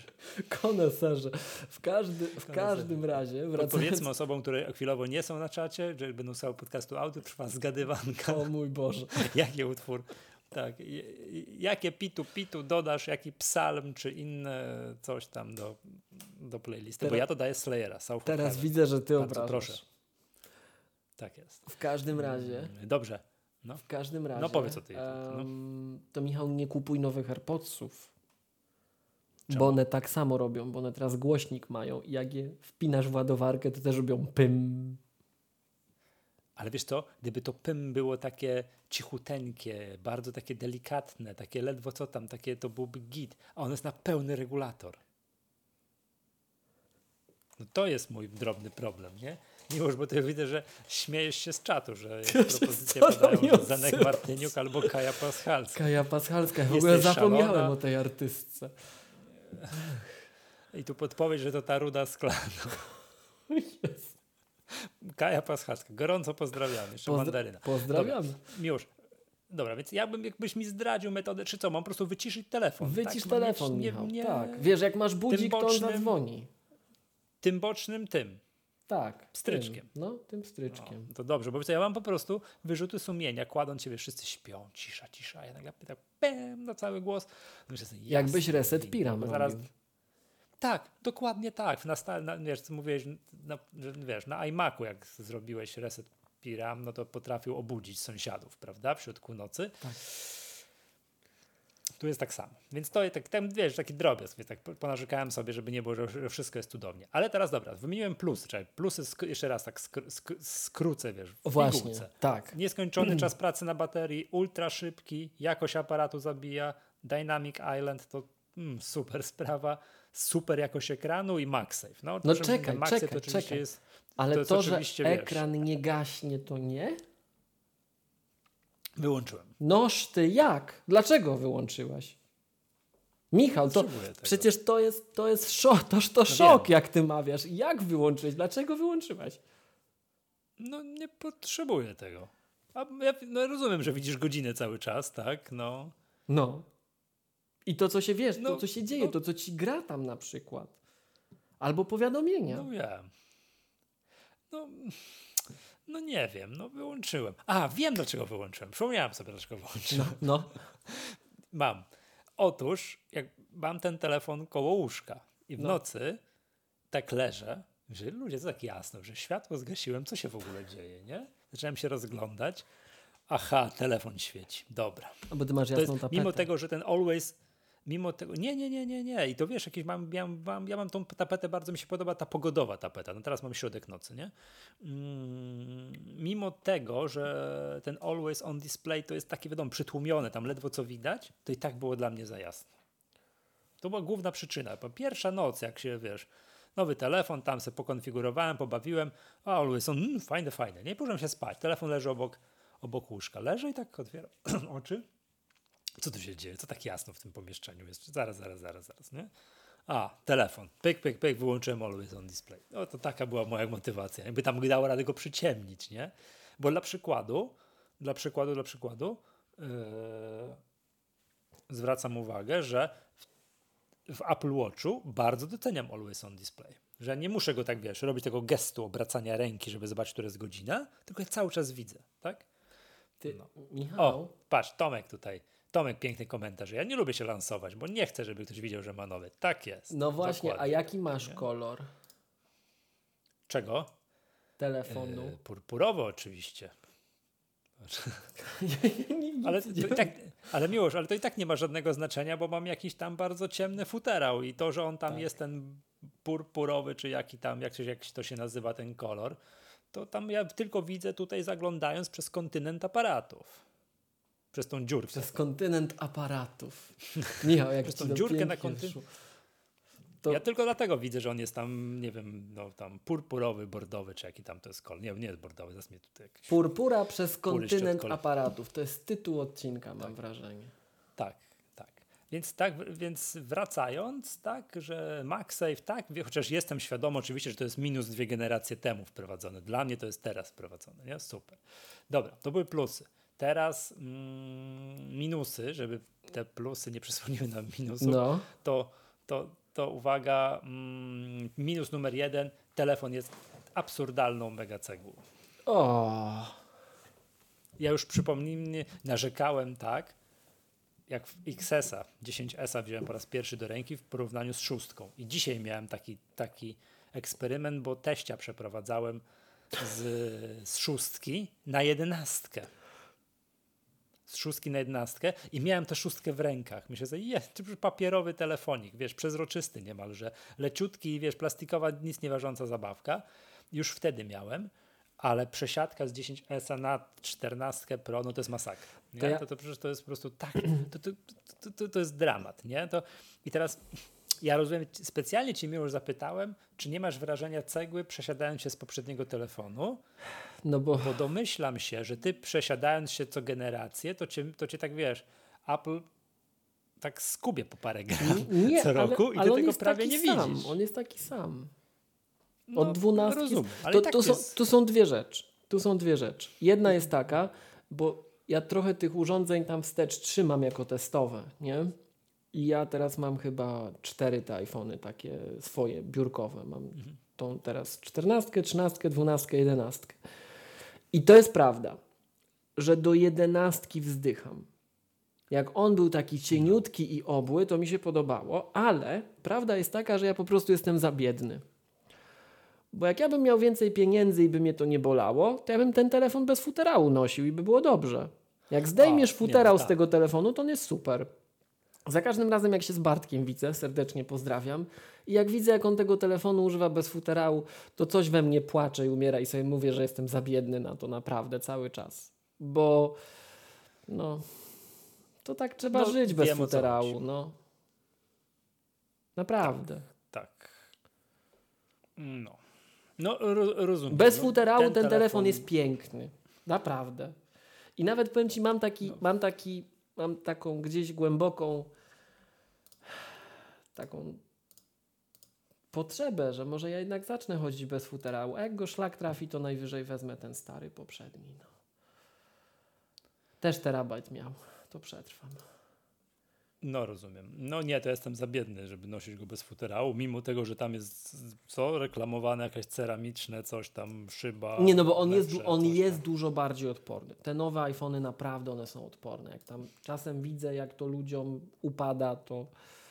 Speaker 2: W każdym razie...
Speaker 1: Powiedzmy osobom, które chwilowo nie są na czacie, że będą słuchały podcastu audio, trwa zgadywanka.
Speaker 2: O mój Boże.
Speaker 1: Jaki utwór? Tak. Jakie pitu dodasz, jaki psalm, czy inne coś tam do playlisty? Bo ja to daję Slayera.
Speaker 2: Teraz widzę, że ty obrażasz.
Speaker 1: Proszę. Tak jest.
Speaker 2: W każdym razie...
Speaker 1: Dobrze. No.
Speaker 2: W każdym razie...
Speaker 1: No powiedz o tej.
Speaker 2: To Michał, nie kupuj nowych AirPodsów.
Speaker 1: Czemu?
Speaker 2: Bo one tak samo robią, bo one teraz głośnik mają i jak je wpinasz w ładowarkę, to też robią pym.
Speaker 1: Ale wiesz co, gdyby to pym było takie cichuteńkie, bardzo takie delikatne, takie ledwo co tam, takie to byłby git, a on jest na pełny regulator. No to jest mój drobny problem, nie? Miłość, bo to widzę, że śmiejesz się z czatu, że propozycje padają Zenek Martyniuk albo Kaja Paschalska.
Speaker 2: Kaja Paschalska, w ogóle zapomniałem szalona. O tej artystce.
Speaker 1: I tu podpowiedź, że to ta ruda szklana. Kaja Paschalska, gorąco pozdrawiamy. Jeszcze mandaryna.
Speaker 2: Pozdrawiamy.
Speaker 1: Miłosz. Dobra, więc jakbyś mi zdradził metodę, czy co, mam po prostu wyciszyć telefon.
Speaker 2: Wycisz
Speaker 1: tak?
Speaker 2: telefon, Michał, tak. Wiesz, jak masz budzik, to on zadzwoni.
Speaker 1: Tym bocznym,
Speaker 2: Tak.
Speaker 1: Stryczkiem.
Speaker 2: Tym stryczkiem.
Speaker 1: No, to dobrze, bo ja mam po prostu wyrzuty sumienia, kładąc się, wszyscy śpią, cisza. Ja nagle pytam, na cały głos. No,
Speaker 2: jakbyś reset piram robił.
Speaker 1: Tak, dokładnie tak. Wiesz, co mówiłeś, że wiesz, na iMacu jak zrobiłeś reset piram, no to potrafił obudzić sąsiadów, prawda, w środku nocy.
Speaker 2: Tak.
Speaker 1: Tu jest tak samo. Więc to tak, wiesz, taki drobiazg. Więc tak ponarzekałem sobie, żeby nie było, że wszystko jest cudownie. Ale teraz dobra, wymieniłem plusy. Czyli plusy jeszcze raz tak skrócę, wiesz, w
Speaker 2: Właśnie,
Speaker 1: pigułce.
Speaker 2: tak.
Speaker 1: Nieskończony czas pracy na baterii, ultra szybki, jakość aparatu zabija, Dynamic Island to super sprawa, super jakość ekranu i MagSafe.
Speaker 2: No czekaj.
Speaker 1: To oczywiście jest...
Speaker 2: Ale to że
Speaker 1: wiesz,
Speaker 2: ekran nie gaśnie, to nie?
Speaker 1: Wyłączyłem.
Speaker 2: Noż ty jak? Dlaczego wyłączyłeś? Michał, to przecież to jest szok, szok, jak ty mawiasz. Jak wyłączyłeś? Dlaczego wyłączyłeś?
Speaker 1: No nie potrzebuję tego. Ja rozumiem, że widzisz godzinę cały czas, tak? No.
Speaker 2: I to, co się wiesz, to, co się dzieje, to, co ci gra tam na przykład. Albo powiadomienia.
Speaker 1: No wiem. No nie wiem, wyłączyłem. Wiem, dlaczego wyłączyłem. Przypomniałem sobie, dlaczego wyłączyłem. Mam. Otóż, jak mam ten telefon koło łóżka i w nocy tak leżę, że ludzie, to tak jasno, że światło zgasiłem, co się w ogóle dzieje, nie? Zacząłem się rozglądać. Telefon świeci. Dobra.
Speaker 2: Bo ty masz jasną tapetę.
Speaker 1: Mimo tego, że ten Always... Mimo tego, nie. I to wiesz, ja mam tą tapetę, bardzo mi się podoba ta pogodowa tapeta. No teraz mam środek nocy, nie? Mimo tego, że ten Always on Display to jest taki, wiadomo, przytłumione, tam ledwo co widać, to i tak było dla mnie za jasno. To była główna przyczyna. Bo pierwsza noc, jak się, wiesz, nowy telefon, tam sobie pokonfigurowałem, pobawiłem, Always on, fajne, nie? Poszedłem się spać. Telefon leży obok łóżka. Leży i tak otwieram oczy. Co tu się dzieje? Co tak jasno w tym pomieszczeniu jest? Zaraz, nie? Telefon. Pyk, wyłączyłem Always on Display. No to taka była moja motywacja. Jakby tam dało radę go przyciemnić, nie? Bo dla przykładu zwracam uwagę, że w Apple Watchu bardzo doceniam Always on Display. Że nie muszę go tak, wiesz, robić tego gestu obracania ręki, żeby zobaczyć, która jest godzina, tylko ja cały czas widzę, tak?
Speaker 2: Michał.
Speaker 1: Patrz, Tomek tutaj. Tomek, piękny komentarz. Ja nie lubię się lansować, bo nie chcę, żeby ktoś widział, że ma nowy. Tak jest.
Speaker 2: No właśnie, dokładnie. A jaki masz kolor?
Speaker 1: Czego?
Speaker 2: Telefonu.
Speaker 1: Purpurowo oczywiście. Ale Miłosz, ale to i tak nie ma żadnego znaczenia, bo mam jakiś tam bardzo ciemny futerał i to, że on tam jest ten purpurowy, czy jaki to się nazywa ten kolor, to tam ja tylko widzę tutaj zaglądając przez kontynent aparatów. Przez tą dziurkę.
Speaker 2: Przez kontynent aparatów. Michał, jak
Speaker 1: przez tą dziurkę na kontynent. Ja tylko dlatego widzę, że on jest tam, nie wiem, tam purpurowy, bordowy, czy jaki tam to jest kolor. Nie jest bordowy, zaraz mnie tutaj jakiś...
Speaker 2: Purpura przez kontynent aparatów. To jest tytuł odcinka, mam wrażenie.
Speaker 1: Tak. Więc wracając, że MagSafe, chociaż jestem świadomy oczywiście, że to jest minus 2 generacje temu wprowadzone. Dla mnie to jest teraz wprowadzone, nie? Super. Dobra, to były plusy. Teraz minusy, żeby te plusy nie przysłoniły nam minusów, to uwaga, minus numer 1, telefon jest absurdalną mega cegłą. Ja już przypomnij, narzekałem jak w XS-a, 10S-a wziąłem po raz pierwszy do ręki w porównaniu z 6. I dzisiaj miałem taki eksperyment, bo teścia przeprowadzałem z 6 na 11. Z 6 na 11 i miałem tę 6 w rękach. Myślę sobie, papierowy telefonik, wiesz, przezroczysty niemalże, leciutki, wiesz, plastikowa, nic nie ważąca zabawka. Już wtedy miałem, ale przesiadka z 10S na 14 Pro, no to jest masakra. Nie? To przecież to jest po prostu tak, to jest dramat, nie? I teraz ja rozumiem, specjalnie cię Miłosz zapytałem, czy nie masz wrażenia cegły przesiadając się z poprzedniego telefonu? No bo domyślam się, że ty przesiadając się co generację, to cię tak wiesz, Apple tak skubie po parę gram co roku i ty tego prawie nie widzisz.
Speaker 2: On jest taki sam. Od 12.
Speaker 1: Rozumiem, ale
Speaker 2: tu są dwie rzeczy. Jedna jest taka, bo ja trochę tych urządzeń tam wstecz trzymam jako testowe, nie? I ja teraz mam chyba 4 te iPhony takie swoje, biurkowe. Mam tą teraz 14, 13, 12, 11. I to jest prawda, że do 11 wzdycham. Jak on był taki cieniutki i obły, to mi się podobało, ale prawda jest taka, że ja po prostu jestem za biedny. Bo jak ja bym miał więcej pieniędzy i by mnie to nie bolało, to ja bym ten telefon bez futerału nosił i by było dobrze. Jak zdejmiesz futerał z tego telefonu, to on jest super. Za każdym razem, jak się z Bartkiem widzę, serdecznie pozdrawiam, i jak widzę, jak on tego telefonu używa bez futerału, to coś we mnie płacze i umiera i sobie mówię, że jestem za biedny na to naprawdę cały czas. Bo no, to tak trzeba żyć bez futerału. No. Naprawdę.
Speaker 1: Tak. No, rozumiem.
Speaker 2: Bez futerału ten telefon jest piękny. Naprawdę. I nawet powiem Ci, mam taką gdzieś głęboką taką potrzebę, że może ja jednak zacznę chodzić bez futerału, a jak go szlak trafi, to najwyżej wezmę ten stary poprzedni. No. Też terabajt miał, to przetrwam.
Speaker 1: No rozumiem. No nie, to jestem za biedny, żeby nosić go bez futerału, mimo tego, że tam jest reklamowane jakieś ceramiczne, coś tam, szyba.
Speaker 2: Nie, no bo on jest dużo bardziej odporny. Te nowe iPhony naprawdę one są odporne. Jak tam czasem widzę, jak to ludziom upada, to...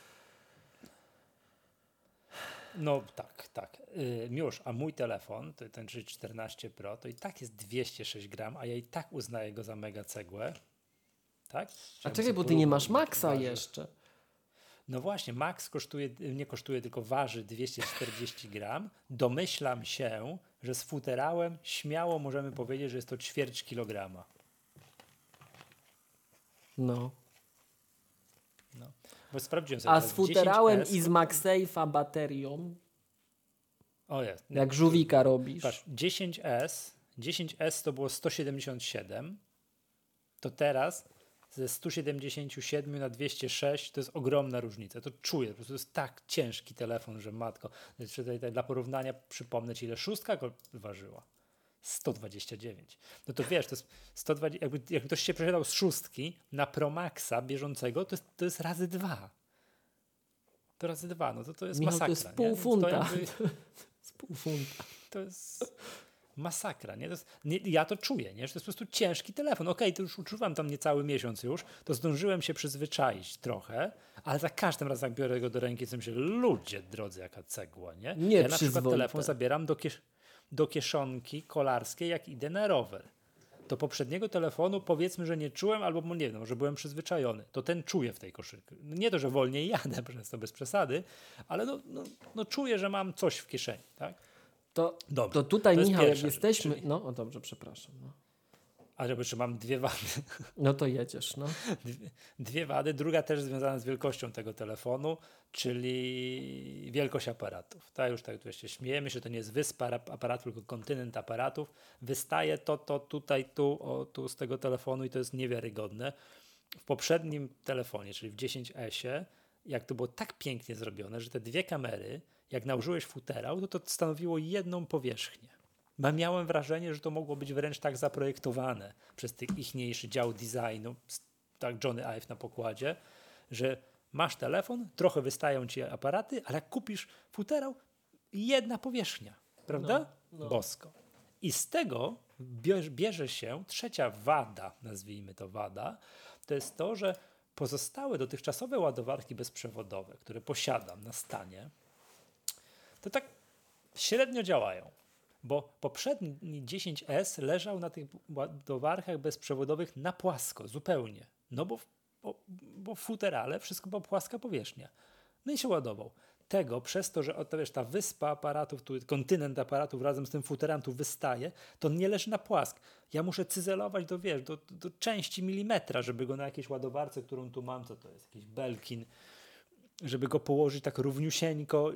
Speaker 1: No tak. Miłosz, a mój telefon, to ten 14 Pro, to i tak jest 206 gram, a ja i tak uznaję go za mega cegłę. Tak?
Speaker 2: A czekaj, bo ty nie masz Maxa jeszcze.
Speaker 1: No właśnie, Max nie kosztuje, tylko waży 240 gram. Domyślam się, że z futerałem śmiało możemy powiedzieć, że jest to 1/4 kilograma.
Speaker 2: No.
Speaker 1: Bo sprawdziłem sobie.
Speaker 2: A z futerałem i z MagSafe'a baterią?
Speaker 1: O jest.
Speaker 2: Jak żółwika robisz.
Speaker 1: Patrz, 10S to było 177, to teraz ze 177 na 206 to jest ogromna różnica. To czuję, po prostu to jest tak ciężki telefon, że matko. Tutaj dla porównania przypomnę Ci, ile 6 ważyła. 129. No to wiesz, to jest 120, jakby ktoś się przesiadał z 6 na Pro Maxa bieżącego, to jest razy 2. To razy 2, no to jest
Speaker 2: Michał,
Speaker 1: masakra.
Speaker 2: to jest pół funta.
Speaker 1: Z pół funta. To jest masakra, nie? Ja to czuję, nie? Że to jest po prostu ciężki telefon. Okej, to już używam tam niecały miesiąc już, to zdążyłem się przyzwyczaić trochę, ale za każdym razem, jak biorę go do ręki, to myślę, ludzie drodzy, jaka cegła, nie? Ja na przykład telefon zabieram do kieszonki kolarskiej, jak idę na rower. Do poprzedniego telefonu powiedzmy, że nie czułem, albo nie wiem, może byłem przyzwyczajony. To ten czuję w tej koszykach. Nie to, że wolniej jadę, to bez przesady, ale no czuję, że mam coś w kieszeni, tak?
Speaker 2: To tutaj, Michał, jak jesteśmy... Czyli... No, dobrze, przepraszam. No.
Speaker 1: A czy mam dwie wady.
Speaker 2: No to jedziesz, no.
Speaker 1: Dwie wady. Druga też związana z wielkością tego telefonu, czyli wielkość aparatów. Już tu się śmiejemy, że to nie jest wyspa aparatów, tylko kontynent aparatów. Wystaje tu z tego telefonu i to jest niewiarygodne. W poprzednim telefonie, czyli w 10S, jak to było tak pięknie zrobione, że te dwie kamery, jak nałożyłeś futerał, to stanowiło jedną powierzchnię. Miałem wrażenie, że to mogło być wręcz tak zaprojektowane przez tych ichniejszy dział designu, tak Johnny Ive na pokładzie, że masz telefon, trochę wystają ci aparaty, ale jak kupisz futerał, jedna powierzchnia, prawda? No. Bosko. I z tego bierze się trzecia wada, nazwijmy to wada, to jest to, że pozostałe dotychczasowe ładowarki bezprzewodowe, które posiadam na stanie, to tak średnio działają. Bo poprzedni 10S leżał na tych ładowarkach bezprzewodowych na płasko, zupełnie. No bo w futerale wszystko była płaska powierzchnia. No i się ładował. Przez to, że ta wyspa aparatów, kontynent aparatów razem z tym futerem tu wystaje, to nie leży na płask. Ja muszę cyzelować do części milimetra, żeby go na jakiejś ładowarce, którą tu mam, co to jest, jakiś Belkin, żeby go położyć tak równiusieńko,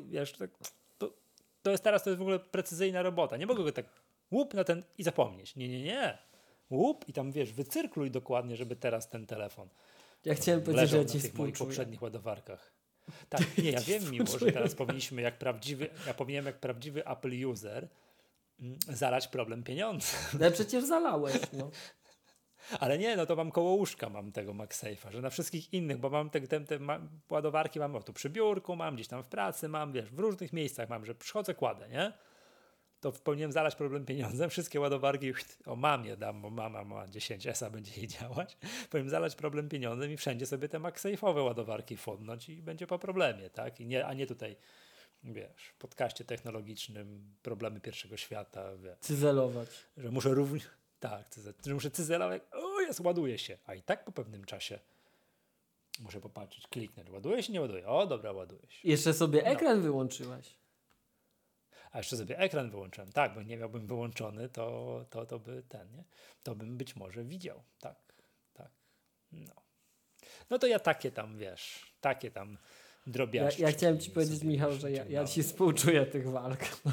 Speaker 1: to jest w ogóle precyzyjna robota. Nie mogę go tak łup na ten i zapomnieć. Nie. Łup i tam wycyrkluj dokładnie, żeby teraz ten telefon
Speaker 2: ja chciałem powiedzieć, że ja ci
Speaker 1: na tych moich poprzednich ładowarkach. Tak, nie, ja wiem, mimo że teraz powinniśmy jak prawdziwy Apple user zalać problem pieniądza.
Speaker 2: No przecież zalałeś, no.
Speaker 1: Ale nie, to mam koło łóżka, mam tego MagSafe'a, że na wszystkich innych, bo mam te ładowarki, mam tu przy biurku, mam gdzieś tam w pracy, mam, w różnych miejscach mam, że przychodzę, kładę, nie? To powinienem zalać problem pieniądzem, wszystkie ładowarki, mamie dam, bo mama ma 10S, będzie jej działać, powinien zalać problem pieniądzem i wszędzie sobie te MagSafe'owe ładowarki wodnąć i będzie po problemie, tak? A nie tutaj, w podcaście technologicznym problemy pierwszego świata,
Speaker 2: cyzelować.
Speaker 1: Że muszę że muszę cyzelować, ładuje się, a i tak po pewnym czasie Muszę popatrzeć, kliknąć. Ładuje się, nie ładuje? O, dobra, ładuje się.
Speaker 2: Jeszcze sobie ekran wyłączyłeś.
Speaker 1: A jeszcze sobie ekran wyłączyłem. Tak, bo nie miałbym wyłączony, to by nie? To bym być może widział. Tak. No. No to ja takie tam, takie tam drobiażdżki.
Speaker 2: Ja chciałem ci powiedzieć, Michał, że ja ci współczuję tych walk. No.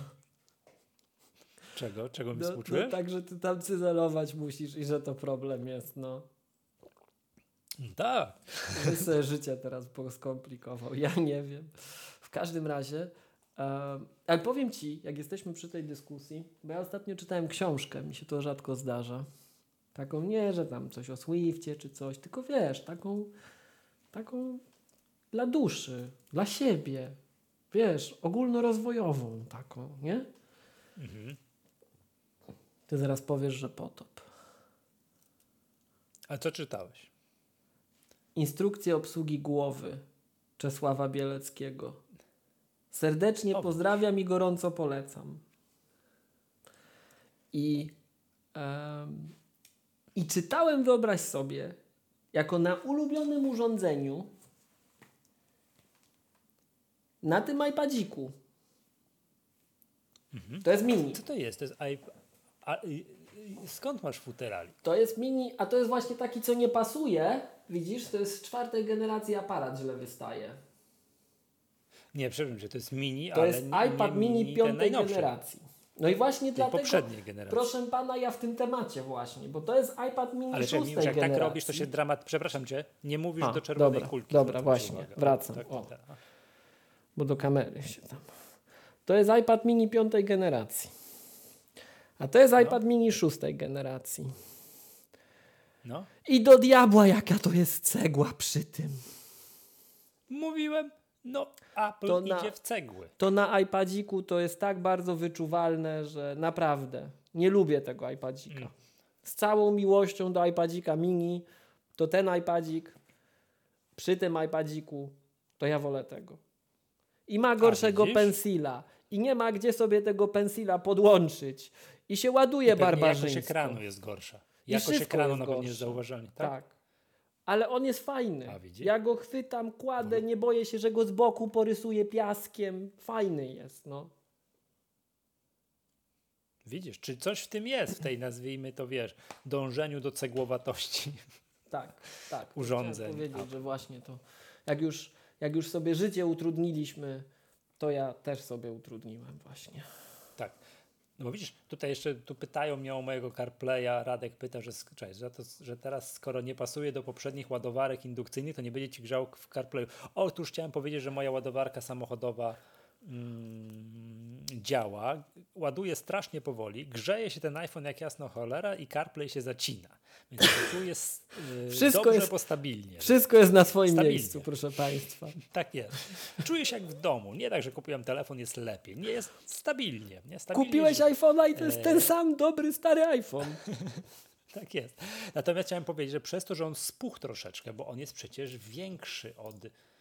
Speaker 1: Czego mi współczujesz?
Speaker 2: No tak, że ty tam cyzelować musisz i że to problem jest, no.
Speaker 1: Tak.
Speaker 2: Że sobie życie teraz skomplikował. Ja nie wiem. W każdym razie, ale powiem ci, jak jesteśmy przy tej dyskusji, bo ja ostatnio czytałem książkę, mi się to rzadko zdarza. Taką nie, że tam coś o Swiftie czy coś, tylko wiesz, taką dla duszy, dla siebie, wiesz, ogólnorozwojową taką, nie?
Speaker 1: Mhm.
Speaker 2: Ty zaraz powiesz, że potop.
Speaker 1: A co czytałeś?
Speaker 2: Instrukcje obsługi głowy Czesława Bieleckiego. Serdecznie pozdrawiam i gorąco polecam. I czytałem, wyobraź sobie, jako na ulubionym urządzeniu na tym iPadziku.
Speaker 1: Mhm.
Speaker 2: To jest mini.
Speaker 1: Co to jest? To jest skąd masz futerali?
Speaker 2: To jest mini, a to jest właśnie taki, co nie pasuje. Widzisz, to jest 4. generacji aparat, źle wystaje.
Speaker 1: Nie, przepraszam cię, to jest mini,
Speaker 2: to
Speaker 1: ale
Speaker 2: jest iPad mini 5. generacji. No i właśnie dlatego,
Speaker 1: poprzedniej generacji.
Speaker 2: proszę pana, ja w tym temacie właśnie, bo to jest iPad mini 6.
Speaker 1: Ale jak
Speaker 2: generacji.
Speaker 1: tak robisz, to się dramat... Przepraszam cię, nie mówisz do czerwonej kulki.
Speaker 2: Dobra, właśnie, wracam. Bo do kamery się tam... To jest iPad mini 5. generacji. A to jest iPad mini 6. generacji.
Speaker 1: No.
Speaker 2: I do diabła jaka to jest cegła przy tym.
Speaker 1: Mówiłem, Apple idzie w cegły.
Speaker 2: To na iPadziku to jest tak bardzo wyczuwalne, że naprawdę nie lubię tego iPadzika. Z całą miłością do iPadzika mini, to ten iPadzik przy tym iPadziku to ja wolę tego. I ma gorszego pensila. I nie ma gdzie sobie tego pensila podłączyć. I się ładuje barbarzyńsko.
Speaker 1: Jakość ekranu jest gorsza. Jakość ekranu nawet nie jest zauważalna.
Speaker 2: Tak. Ale on jest fajny. Ja go chwytam, kładę, nie boję się, że go z boku porysuję piaskiem. Fajny jest, no.
Speaker 1: Widzisz, czy coś w tym jest, w tej, nazwijmy to, dążeniu do cegłowatości.
Speaker 2: Tak.
Speaker 1: Urządzeń.
Speaker 2: Chciałem powiedzieć, że właśnie to, jak już sobie życie utrudniliśmy, to ja też sobie utrudniłem właśnie.
Speaker 1: Tak. No bo widzisz, tutaj jeszcze pytają mnie o mojego CarPlaya. Radek pyta, że teraz skoro nie pasuje do poprzednich ładowarek indukcyjnych, to nie będzie ci grzał w CarPlayu. Otóż chciałem powiedzieć, że moja ładowarka samochodowa działa, ładuje strasznie powoli, grzeje się ten iPhone jak jasno cholera i CarPlay się zacina. Więc tu jest dobrze, bo stabilnie.
Speaker 2: Wszystko jest na swoim miejscu, proszę Państwa.
Speaker 1: Tak jest. Czuję się jak w domu. Nie tak, że kupiłem telefon, jest lepiej. Nie, jest stabilnie.
Speaker 2: Kupiłeś iPhone'a i to jest ten sam dobry, stary iPhone.
Speaker 1: Tak jest. Natomiast chciałem powiedzieć, że przez to, że on spuchł troszeczkę, bo on jest przecież większy od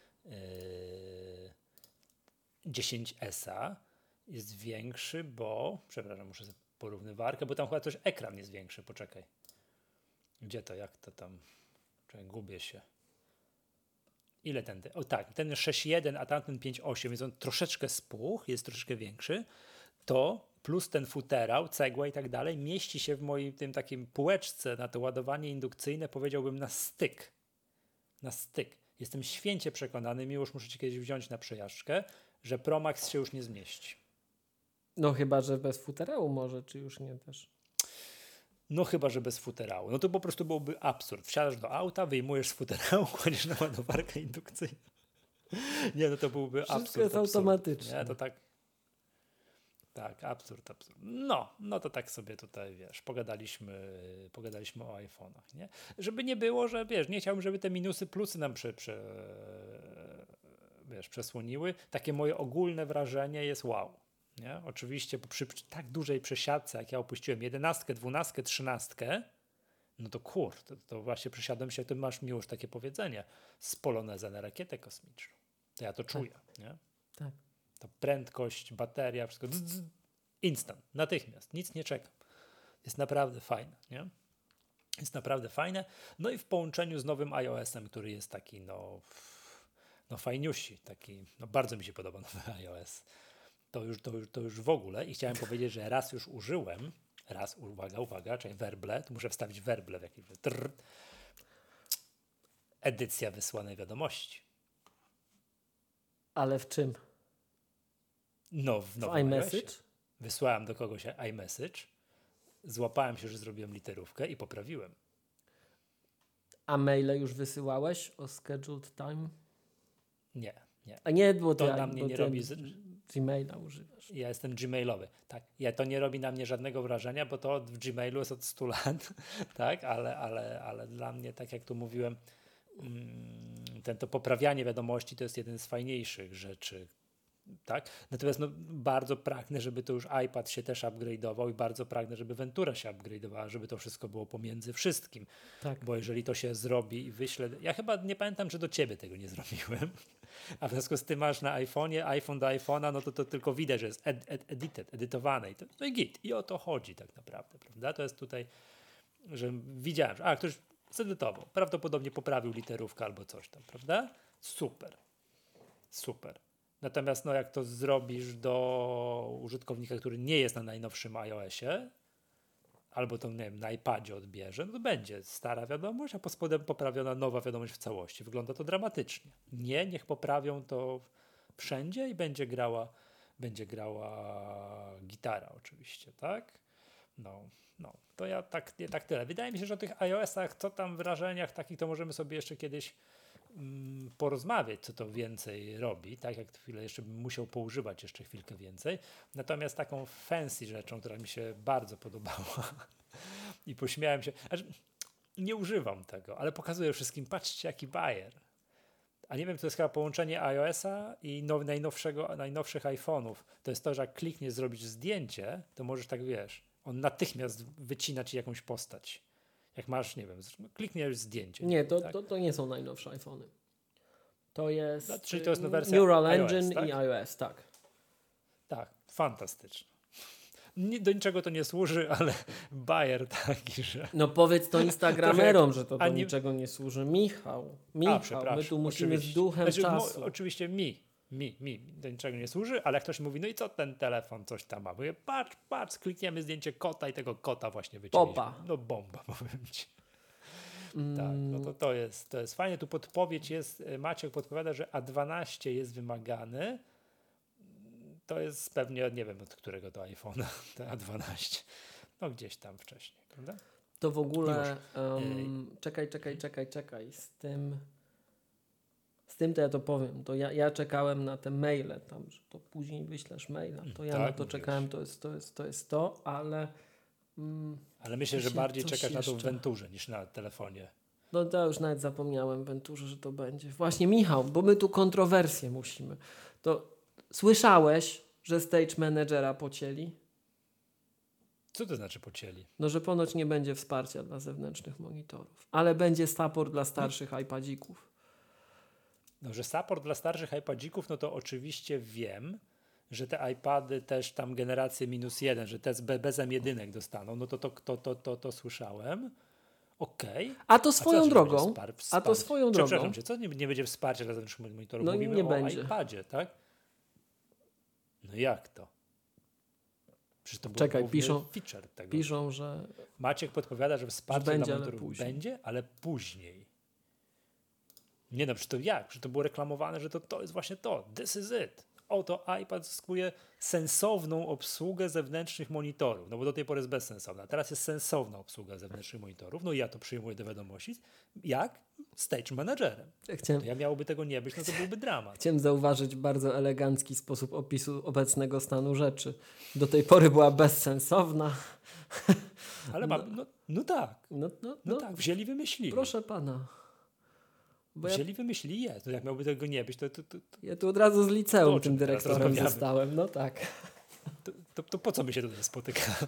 Speaker 1: 10S-a, jest większy, bo... Przepraszam, muszę sobie porównywarkę, bo tam chyba coś ekran jest większy. Poczekaj. Gdzie to? Jak to tam? Czekaj, gubię się. Ile ten? O tak, ten 6.1, a tamten 5.8, więc on troszeczkę spuchł, jest troszeczkę większy. To plus ten futerał, cegła i tak dalej, mieści się w moim tym takim półeczce na to ładowanie indukcyjne, powiedziałbym na styk. Na styk. Jestem święcie przekonany, już muszę ci kiedyś wziąć na przejażdżkę, że Pro Max się już nie zmieści.
Speaker 2: No chyba, że bez futerału może, czy już nie też?
Speaker 1: No chyba, że bez futerału. No to po prostu byłby absurd. Wsiadasz do auta, wyjmujesz z futerału, kładziesz na ładowarkę indukcyjną. Nie, no to byłby
Speaker 2: wszystko
Speaker 1: absurd.
Speaker 2: Jest automatyczne.
Speaker 1: Nie, to tak. Tak, absurd. No to tak sobie tutaj, pogadaliśmy o iPhone'ach, nie? Żeby nie było, że nie chciałbym, żeby te minusy, plusy nam przesłoniły. Takie moje ogólne wrażenie jest wow. Nie? Oczywiście przy tak dużej przesiadce, jak ja opuściłem 11, 12, 13, no to to właśnie przesiadłem się, to masz Miłosz takie powiedzenie, z Poloneza na rakietę kosmiczną. To ja to czuję. Nie?
Speaker 2: Tak.
Speaker 1: To prędkość, bateria, wszystko instant, natychmiast, nic nie czekam. Jest naprawdę fajne. Nie? Jest naprawdę fajne. No i w połączeniu z nowym iOS-em, który jest taki no fajniusi, taki, no bardzo mi się podoba nowy iOS. To już w ogóle i chciałem powiedzieć, że raz już użyłem, uwaga, czyli werble, tu muszę wstawić werble w jakimś edycja wysłanej wiadomości.
Speaker 2: Ale w czym?
Speaker 1: No,
Speaker 2: w iMessage?
Speaker 1: Wysłałem do kogoś iMessage, złapałem się, że zrobiłem literówkę i poprawiłem.
Speaker 2: A maile już wysyłałeś o scheduled time?
Speaker 1: Nie.
Speaker 2: A nie, bo
Speaker 1: to na mnie nie robi...
Speaker 2: Gmaila używasz.
Speaker 1: Ja jestem gmailowy. Tak. To nie robi na mnie żadnego wrażenia, bo to w Gmailu jest od 100 lat, tak? Ale dla mnie, tak jak tu mówiłem, to poprawianie wiadomości to jest jeden z fajniejszych rzeczy, tak? Natomiast bardzo pragnę, żeby to już iPad się też upgrade'ował i bardzo pragnę, żeby Ventura się upgrade'owała, żeby to wszystko było pomiędzy wszystkim.
Speaker 2: Tak.
Speaker 1: Bo jeżeli to się zrobi i wyślę... Ja chyba nie pamiętam, że do ciebie tego nie zrobiłem. A w związku z tym masz na iPhone'ie, iPhone do iPhone'a, no to tylko widać, że jest edytowane. No i git. I o to chodzi tak naprawdę, prawda? To jest tutaj, że widziałem, że ktoś zedytował. Prawdopodobnie poprawił literówkę albo coś tam, prawda? Super. Natomiast jak to zrobisz do użytkownika, który nie jest na najnowszym iOSie, albo to, nie wiem, na iPadzie odbierze, no to będzie stara wiadomość, a pod spodem poprawiona nowa wiadomość w całości. Wygląda to dramatycznie. Niech poprawią to wszędzie i będzie grała gitara oczywiście, tak? To ja tak tyle. Wydaje mi się, że o tych iOS-ach, co tam wrażeniach takich, to możemy sobie jeszcze kiedyś porozmawiać, co to więcej robi, tak jak chwilę jeszcze bym musiał poużywać jeszcze chwilkę więcej. Natomiast taką fancy rzeczą, która mi się bardzo podobała i pośmiałem się, nie używam tego, ale pokazuję wszystkim, patrzcie jaki bajer. A nie wiem, to jest chyba połączenie iOS-a i najnowszych iPhone'ów. To jest to, że jak klikniesz zrobić zdjęcie, to możesz tak, on natychmiast wycina ci jakąś postać. Jak masz, nie wiem, klikniesz zdjęcie.
Speaker 2: Nie, to nie są najnowsze iPhony. To jest,
Speaker 1: czyli to jest wersja
Speaker 2: Neural
Speaker 1: iOS,
Speaker 2: Engine
Speaker 1: tak?
Speaker 2: i iOS, tak.
Speaker 1: Tak, fantastyczne. Do niczego to nie służy, ale bajer taki, że...
Speaker 2: No powiedz to instagramerom, że to do niczego nie służy. Michał, my tu musimy z duchem czasu.
Speaker 1: Oczywiście mi do niczego nie służy, ale jak ktoś mówi, no i co ten telefon, coś tam ma. Mówię, patrz, klikniemy zdjęcie kota i tego kota właśnie wycięliśmy.
Speaker 2: Popa.
Speaker 1: No bomba, powiem ci. Tak, no to jest fajnie. Tu podpowiedź jest, Maciek podpowiada, że A12 jest wymagany. To jest pewnie, nie wiem od którego to iPhone'a, to A12. No gdzieś tam wcześniej, prawda?
Speaker 2: To w ogóle, czekaj, z tym to ja to powiem, to ja czekałem na te maile tam, że to później wyślesz maila, to ja na to czekałem, to jest to, ale...
Speaker 1: ale myślę, że bardziej czekasz na to w Venturze niż na telefonie.
Speaker 2: No to już nawet zapomniałem w Venturze, że to będzie. Właśnie Michał, bo my tu kontrowersje musimy. To słyszałeś, że Stage Managera pocięli?
Speaker 1: Co to znaczy pocięli?
Speaker 2: No, że ponoć nie będzie wsparcia dla zewnętrznych monitorów, ale będzie support dla starszych iPadzików.
Speaker 1: No, że support dla starszych iPadzików, no to oczywiście wiem, że te iPady też tam generację -1, że te bez M1 dostaną, no to słyszałem. Okej.
Speaker 2: A to swoją drogą.
Speaker 1: Przepraszam cię, co nie będzie wsparcia dla zewnętrznych monitorów?
Speaker 2: No
Speaker 1: Mówimy
Speaker 2: nie
Speaker 1: o
Speaker 2: będzie.
Speaker 1: iPadzie, tak? No jak to? Przecież to był feature tego.
Speaker 2: Piszą, że...
Speaker 1: Maciek podpowiada, że wsparcie dla monitorów będzie, ale później. Nie no, przecież to jak? Przecież to było reklamowane, że to jest właśnie to. This is it. Oto iPad zyskuje sensowną obsługę zewnętrznych monitorów. No bo do tej pory jest bezsensowna. A teraz jest sensowna obsługa zewnętrznych monitorów. No i ja to przyjmuję do wiadomości. Jak? Stage Managerem. To jak miałoby tego nie być, no to byłby dramat.
Speaker 2: Chciałem zauważyć bardzo elegancki sposób opisu obecnego stanu rzeczy. Do tej pory była bezsensowna.
Speaker 1: Ale no tak.
Speaker 2: No
Speaker 1: tak, wzięli, wymyślili.
Speaker 2: Proszę pana.
Speaker 1: Wzięli, wymyślili je. To jak miałby tego nie być, to...
Speaker 2: Ja tu od razu z liceum tym dyrektorem zostałem. No tak.
Speaker 1: To po co my się tutaj spotykamy?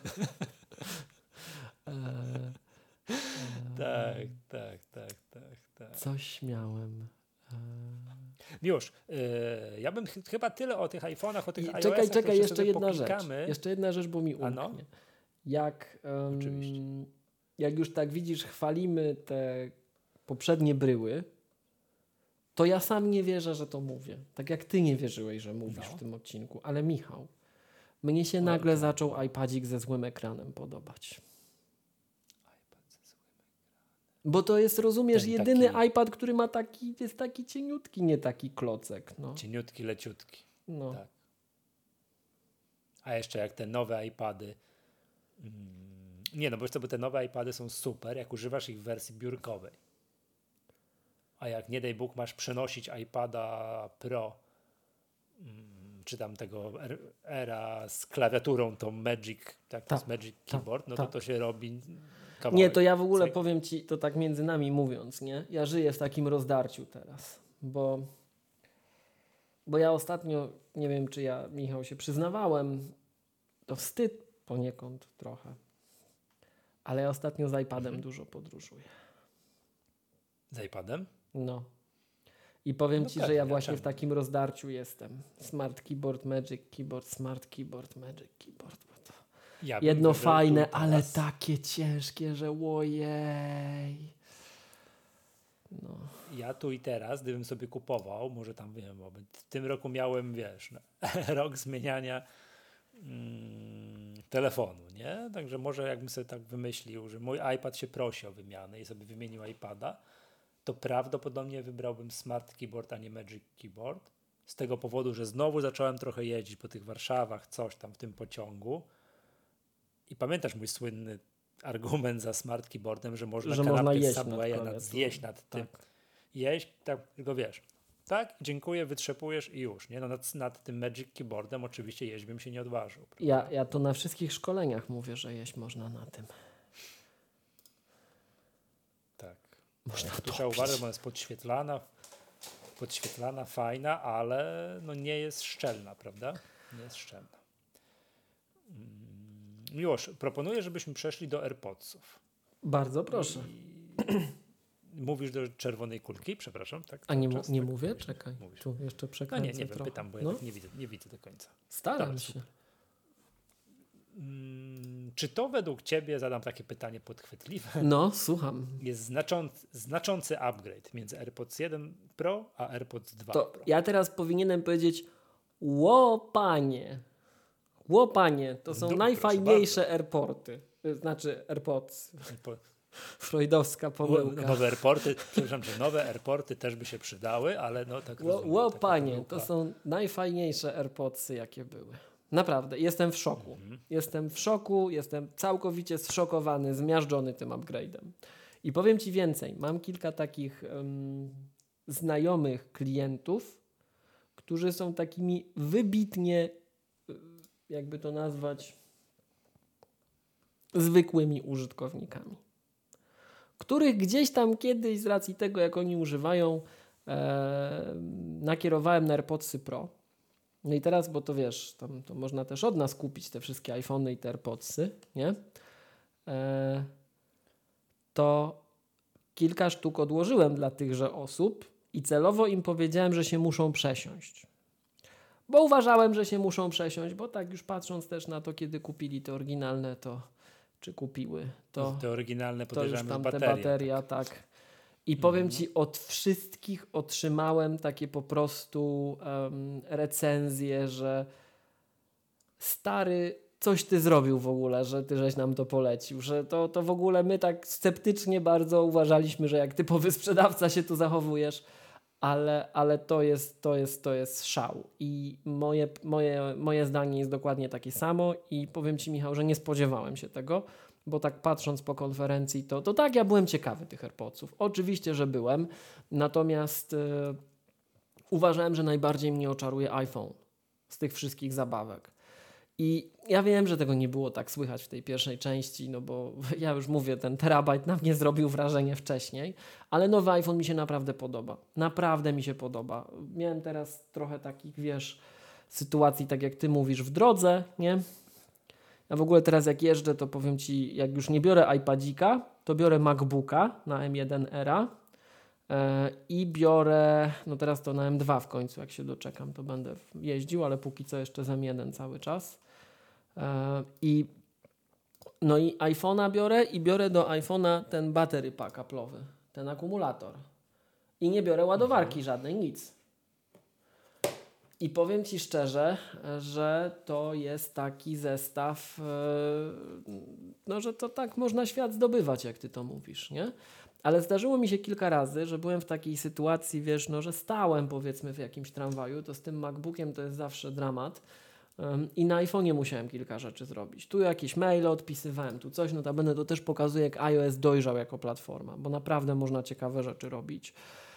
Speaker 1: Tak.
Speaker 2: Coś miałem.
Speaker 1: Miłosz, ja bym chyba tyle o tych iPhone'ach, o tych
Speaker 2: iOS-ach. Czekaj, jeszcze jedna rzecz. Jeszcze jedna rzecz, bo mi umknie.
Speaker 1: Oczywiście.
Speaker 2: jak już tak widzisz, chwalimy te poprzednie bryły, to ja sam nie wierzę, że to mówię. Tak jak ty nie wierzyłeś, że mówisz w tym odcinku. Ale Michał, mnie się nagle zaczął iPadzik ze złym ekranem podobać. Bo to jest, rozumiesz,
Speaker 1: Ten
Speaker 2: jedyny
Speaker 1: taki-
Speaker 2: iPad, który ma jest taki cieniutki, nie taki klocek. No.
Speaker 1: Cieniutki, leciutki.
Speaker 2: No.
Speaker 1: Tak. A jeszcze jak te nowe iPady. Nie, no bo co, bo te nowe iPady są super, jak używasz ich w wersji biurkowej. A jak nie daj Bóg masz przenosić iPada Pro, czy tam tego Era z klawiaturą, tą Magic, tak, to jest Magic Keyboard, no to się robi kawałek.
Speaker 2: Nie, to ja w ogóle powiem ci, to tak między nami mówiąc, nie? Ja żyję w takim rozdarciu teraz, bo ja ostatnio, nie wiem czy ja, Michał, się przyznawałem, to wstyd poniekąd trochę, ale ja ostatnio z iPadem dużo podróżuję.
Speaker 1: Z iPadem?
Speaker 2: No. I powiem ci, że
Speaker 1: pewnie,
Speaker 2: ja właśnie
Speaker 1: czemu?
Speaker 2: w takim rozdarciu jestem. Smart Keyboard, Magic Keyboard, Smart Keyboard, Magic Keyboard. Bo to
Speaker 1: Ja bym
Speaker 2: jedno
Speaker 1: wybrał
Speaker 2: fajne,
Speaker 1: tu
Speaker 2: ale
Speaker 1: teraz.
Speaker 2: takie ciężkie, że ojej. No.
Speaker 1: Ja tu i teraz, gdybym sobie kupował, może tam wiem, bo w tym roku miałem, wiesz, rok zmieniania telefonu, nie? Także może jakbym sobie tak wymyślił, że mój iPad się prosi o wymianę i sobie wymienił iPada, to prawdopodobnie wybrałbym Smart Keyboard, a nie Magic Keyboard. Z tego powodu, że znowu zacząłem trochę jeździć po tych Warszawach, coś tam w tym pociągu. I pamiętasz mój słynny argument za Smart Keyboardem, że można kanapkę z Subwaya zjeść nad tym. Jeść, tak, tylko wiesz, tak, dziękuję, wytrzepujesz i już, nie? No nad tym Magic Keyboardem oczywiście jeść bym się nie odważył.
Speaker 2: Ja to na wszystkich szkoleniach mówię, że jeść można na tym.
Speaker 1: Tak.
Speaker 2: Można
Speaker 1: Tu trzeba uważać, bo ona jest podświetlana, fajna, ale no nie jest szczelna, prawda? Nie jest szczelna. Miłosz, proponuję, żebyśmy przeszli do AirPodsów.
Speaker 2: Bardzo proszę.
Speaker 1: Mówisz do czerwonej kulki, przepraszam. Tak,
Speaker 2: A nie,
Speaker 1: czas,
Speaker 2: nie
Speaker 1: tak,
Speaker 2: mówię?
Speaker 1: mówisz,
Speaker 2: Czekaj,
Speaker 1: mówisz.
Speaker 2: tu jeszcze
Speaker 1: No
Speaker 2: przekręcę
Speaker 1: nie wiem,
Speaker 2: trochę.
Speaker 1: pytam, bo ja tak nie widzę do końca.
Speaker 2: Staram
Speaker 1: Dobra,
Speaker 2: się.
Speaker 1: Czy to według ciebie, zadam takie pytanie podchwytliwe,
Speaker 2: No, słucham.
Speaker 1: jest znaczący upgrade między AirPods 1 Pro a AirPods 2
Speaker 2: To
Speaker 1: Pro?
Speaker 2: ja teraz powinienem powiedzieć łopanie, to są najfajniejsze AirPorty. Znaczy AirPods. Freudowska pomyłka.
Speaker 1: Nowe AirPorty, przepraszam, że nowe AirPorty też by się przydały, ale no tak rozumiem.
Speaker 2: Łopanie, to są najfajniejsze AirPodsy, jakie były. Naprawdę, jestem w szoku. Jestem całkowicie zszokowany, zmiażdżony tym upgrade'em. I powiem ci więcej, mam kilka takich znajomych klientów, którzy są takimi wybitnie, jakby to nazwać, zwykłymi użytkownikami, których gdzieś tam kiedyś z racji tego, jak oni używają, nakierowałem na AirPodsy Pro. No i teraz, bo to wiesz, tam to można też od nas kupić te wszystkie iPhony i te AirPodsy, nie? To kilka sztuk odłożyłem dla tychże osób i celowo im powiedziałem, że się muszą przesiąść. Bo uważałem, że się muszą przesiąść, bo tak już patrząc też na to, kiedy kupili te oryginalne, to czy kupiły, to
Speaker 1: te oryginalne
Speaker 2: to już
Speaker 1: podejrzewam,
Speaker 2: tam
Speaker 1: że
Speaker 2: te bateria, tak. I powiem ci, od wszystkich otrzymałem takie po prostu recenzje, że stary, coś ty zrobił w ogóle, że ty żeś nam to polecił, że to w ogóle my tak sceptycznie bardzo uważaliśmy, że jak typowy sprzedawca się tu zachowujesz, ale to jest szał. I moje zdanie jest dokładnie takie samo i powiem ci, Michał, że nie spodziewałem się tego, bo tak patrząc po konferencji, to tak, ja byłem ciekawy tych AirPodsów. Oczywiście, że byłem, natomiast uważałem, że najbardziej mnie oczaruje iPhone z tych wszystkich zabawek. I ja wiem, że tego nie było tak słychać w tej pierwszej części, no bo ja już mówię, ten terabajt na mnie zrobił wrażenie wcześniej, ale nowy iPhone mi się naprawdę podoba. Naprawdę mi się podoba. Miałem teraz trochę takich, wiesz, sytuacji, tak jak ty mówisz, w drodze, nie? Ja w ogóle teraz jak jeżdżę, to powiem ci, jak już nie biorę iPadzika, to biorę MacBooka na M1 Era i biorę, no teraz to na M2 w końcu, jak się doczekam, to będę jeździł, ale póki co jeszcze z M1 cały czas. I No i iPhone'a biorę do iPhone'a ten battery pack Apple'owy, ten akumulator. I nie biorę ładowarki żadnej, nic. I powiem Ci szczerze, że to jest taki zestaw, no że to tak można świat zdobywać, jak Ty to mówisz, nie? Ale zdarzyło mi się kilka razy, że byłem w takiej sytuacji, wiesz, no, że stałem powiedzmy w jakimś tramwaju, to z tym MacBookiem to jest zawsze dramat. I na iPhone'ie musiałem kilka rzeczy zrobić. Tu jakieś maile odpisywałem, tu coś, notabene to też pokazuje, jak iOS dojrzał jako platforma, bo naprawdę można ciekawe rzeczy robić.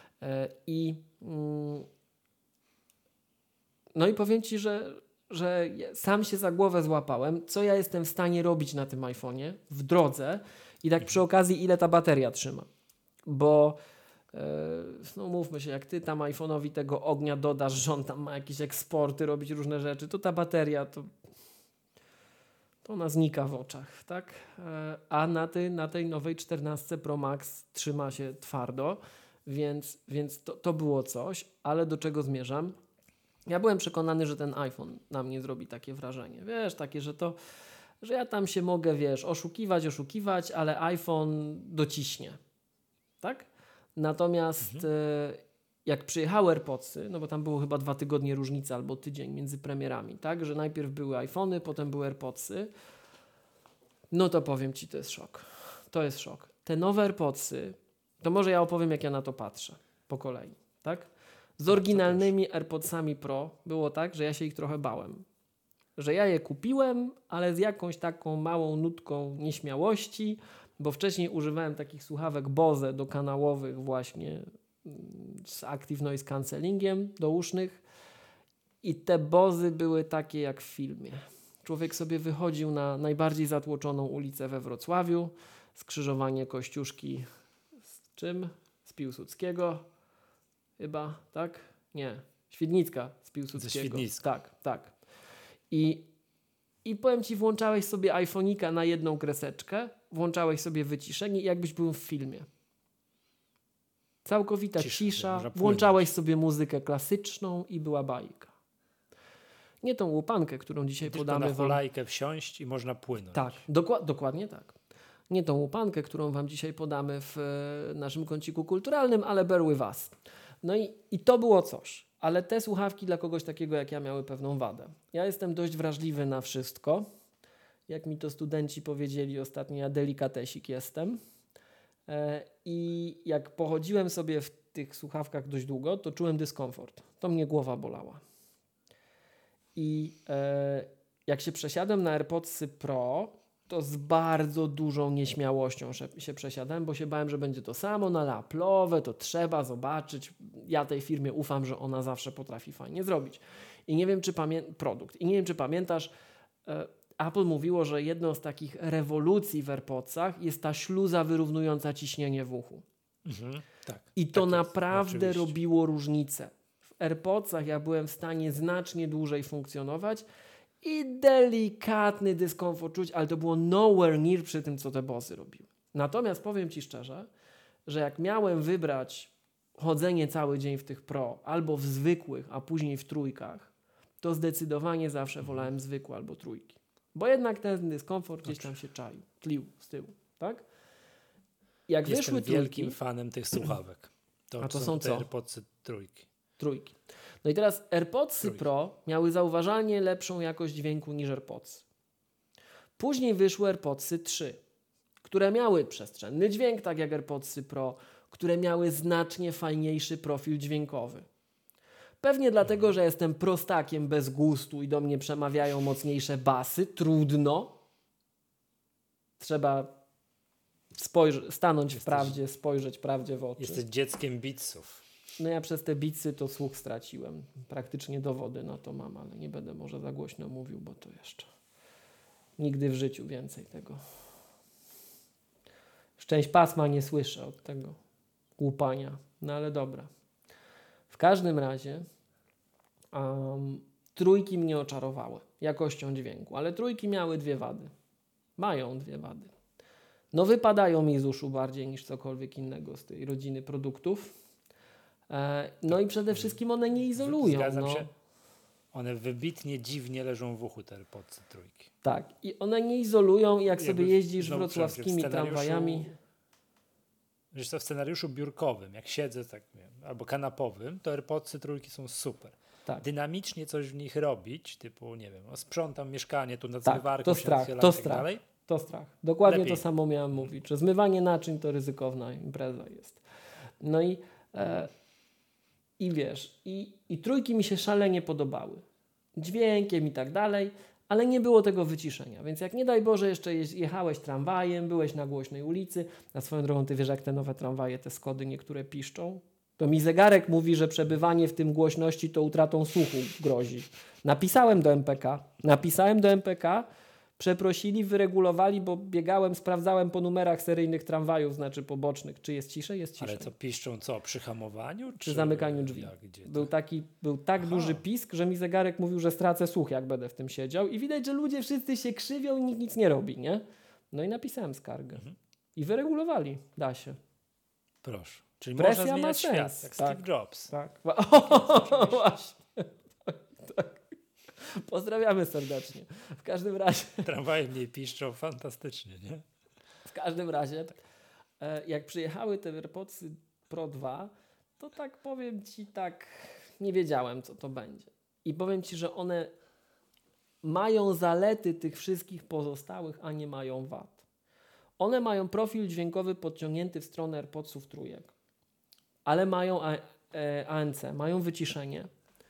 Speaker 2: No i powiem Ci, że sam się za głowę złapałem, co ja jestem w stanie robić na tym iPhone'ie w drodze i tak przy okazji, ile ta bateria trzyma. Bo no mówmy się, jak Ty tam iPhone'owi tego ognia dodasz, że on tam ma jakieś eksporty, robić różne rzeczy, to ta bateria to ona znika w oczach, tak? A na tej nowej 14 Pro Max trzyma się twardo, więc to było coś, ale do czego zmierzam? Ja byłem przekonany, że ten iPhone na mnie zrobi takie wrażenie. Wiesz, takie, że ja tam się mogę, wiesz, oszukiwać, ale iPhone dociśnie. Tak? Natomiast jak przyjechały AirPodsy, no bo tam było chyba 2 tygodnie różnicy albo tydzień między premierami, tak? Że najpierw były iPhony, potem były AirPodsy. No to powiem Ci, to jest szok. To jest szok. Te nowe AirPodsy, to może ja opowiem, jak ja na to patrzę po kolei, tak? Z oryginalnymi AirPodsami Pro było tak, że ja się ich trochę bałem. Że ja je kupiłem, ale z jakąś taką małą nutką nieśmiałości, bo wcześniej używałem takich słuchawek Bose dokanałowych właśnie z Active Noise Cancellingiem do usznych i te Bozy były takie jak w filmie. Człowiek sobie wychodził na najbardziej zatłoczoną ulicę we Wrocławiu, skrzyżowanie Kościuszki z czym? Z Piłsudskiego chyba, tak? Nie. Świdnicka z Piłsudskiego. Tak. I powiem Ci, włączałeś sobie iPhone'ika na jedną kreseczkę, włączałeś sobie wyciszenie i jakbyś był w filmie. Całkowita cisza, włączałeś sobie muzykę klasyczną i była bajka. Nie tą łupankę, którą dzisiaj podamy
Speaker 1: na hulajkę wsiąść i można płynąć.
Speaker 2: Tak, dokładnie tak. Nie tą łupankę, którą Wam dzisiaj podamy w naszym kąciku kulturalnym, ale bear with us. No i to było coś. Ale te słuchawki dla kogoś takiego jak ja miały pewną wadę. Ja jestem dość wrażliwy na wszystko. Jak mi to studenci powiedzieli ostatnio, ja delikatesik jestem. I jak pochodziłem sobie w tych słuchawkach dość długo, to czułem dyskomfort. To mnie głowa bolała. I jak się przesiadłem na AirPodsy Pro, to z bardzo dużą nieśmiałością się przesiadałem, bo się bałem, że będzie to samo, no ale Apple'owe to trzeba zobaczyć. Ja tej firmie ufam, że ona zawsze potrafi fajnie zrobić. I nie wiem, czy produkt. I nie wiem, czy pamiętasz, Apple mówiło, że jedną z takich rewolucji w AirPodsach jest ta śluza wyrównująca ciśnienie w uchu.
Speaker 1: Tak.
Speaker 2: I to naprawdę robiło różnicę. W AirPodsach ja byłem w stanie znacznie dłużej funkcjonować i delikatny dyskomfort czuć, ale to było nowhere near przy tym, co te Bosy robiły. Natomiast powiem Ci szczerze, że jak miałem wybrać chodzenie cały dzień w tych Pro albo w zwykłych, a później w trójkach, to zdecydowanie zawsze wolałem zwykłe albo trójki. Bo jednak ten dyskomfort gdzieś tam się czaił, tlił z tyłu, tak? Jak
Speaker 1: Jestem
Speaker 2: wyszły
Speaker 1: wielkim fanem tych słuchawek.
Speaker 2: To są co?
Speaker 1: AirPodsy trójki.
Speaker 2: No i teraz AirPodsy Pro miały zauważalnie lepszą jakość dźwięku niż AirPods. Później wyszły AirPodsy 3, które miały przestrzenny dźwięk, tak jak AirPodsy Pro, które miały znacznie fajniejszy profil dźwiękowy. Pewnie dlatego, że jestem prostakiem bez gustu i do mnie przemawiają mocniejsze basy. Trudno. Trzeba stanąć w prawdzie, spojrzeć prawdzie w oczy.
Speaker 1: Jesteś dzieckiem Beatsów.
Speaker 2: No ja przez te Beatsy to słuch straciłem. Praktycznie dowody na to mam, ale nie będę może za głośno mówił, bo to jeszcze nigdy w życiu więcej tego. Szczęść pasma nie słyszę od tego łupania. No ale dobra. W każdym razie trójki mnie oczarowały jakością dźwięku, ale trójki miały 2 wady. Mają 2 wady. No wypadają mi z uszu bardziej niż cokolwiek innego z tej rodziny produktów. No i przede wszystkim one nie izolują.
Speaker 1: Zgadzam się. One wybitnie dziwnie leżą w uchu, te AirPodsy trójki.
Speaker 2: Tak. I one nie izolują i jak sobie jeździsz
Speaker 1: znowu
Speaker 2: wrocławskimi tramwajami...
Speaker 1: Wiesz co, w scenariuszu biurkowym, jak siedzę tak, nie wiem, albo kanapowym, to AirPodsy trójki są super.
Speaker 2: Tak.
Speaker 1: Dynamicznie coś w nich robić, typu, nie wiem, sprzątam mieszkanie, tu nad
Speaker 2: Tak,
Speaker 1: zmywarką
Speaker 2: to
Speaker 1: się
Speaker 2: strach,
Speaker 1: nachylam
Speaker 2: to
Speaker 1: i tak
Speaker 2: strach.
Speaker 1: dalej.
Speaker 2: To strach. Dokładnie
Speaker 1: Lepiej.
Speaker 2: to samo miałem mówić, że zmywanie naczyń to ryzykowna impreza jest. No i wiesz, i trójki mi się szalenie podobały. Dźwiękiem i tak dalej, ale nie było tego wyciszenia. Więc jak nie daj Boże jeszcze jechałeś tramwajem, byłeś na głośnej ulicy, na swoją drogą ty wiesz, jak te nowe tramwaje, te Skody niektóre piszczą, to mi zegarek mówi, że przebywanie w tym głośności to utratą słuchu grozi. Napisałem do MPK, przeprosili, wyregulowali, bo biegałem, sprawdzałem po numerach seryjnych tramwajów, znaczy pobocznych, czy jest ciszej, jest ciszej.
Speaker 1: Ale co, piszczą co, przy hamowaniu?
Speaker 2: Przy zamykaniu drzwi. Był tak duży pisk, że mi zegarek mówił, że stracę słuch, jak będę w tym siedział i widać, że ludzie wszyscy się krzywią i nikt nic nie robi, nie? No i napisałem skargę. I wyregulowali, da się.
Speaker 1: Proszę. Czyli
Speaker 2: Presja
Speaker 1: można zmieniać
Speaker 2: ma
Speaker 1: świat,
Speaker 2: sens.
Speaker 1: jak
Speaker 2: Tak.
Speaker 1: Steve Jobs.
Speaker 2: Tak. Właśnie. Tak. Pozdrawiamy serdecznie. W każdym razie...
Speaker 1: Tramwaje mniej piszczą, fantastycznie, nie?
Speaker 2: W każdym razie, jak przyjechały te AirPodsy Pro 2, to tak powiem Ci, tak nie wiedziałem, co to będzie. I powiem Ci, że one mają zalety tych wszystkich pozostałych, a nie mają wad. One mają profil dźwiękowy podciągnięty w stronę AirPodsów trójek, ale mają ANC, mają wyciszenie.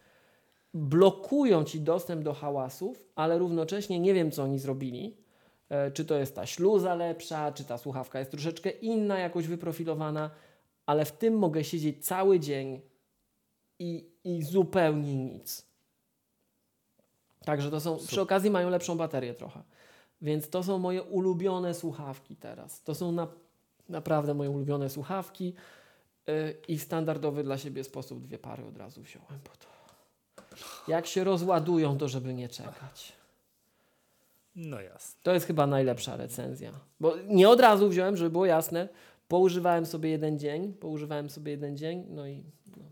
Speaker 2: Blokują Ci dostęp do hałasów, ale równocześnie nie wiem, co oni zrobili. Czy to jest ta śluza lepsza, czy ta słuchawka jest troszeczkę inna, jakoś wyprofilowana, ale w tym mogę siedzieć cały dzień i zupełnie nic. Także to są, przy okazji mają lepszą baterię trochę. Więc to są moje ulubione słuchawki teraz. To są naprawdę moje ulubione słuchawki i w standardowy dla siebie sposób 2 pary od razu wziąłem, bo to jak się rozładują, to żeby nie czekać.
Speaker 1: No jasne.
Speaker 2: To jest chyba najlepsza recenzja. Bo nie od razu wziąłem, żeby było jasne. Poużywałem sobie jeden dzień, no i... No.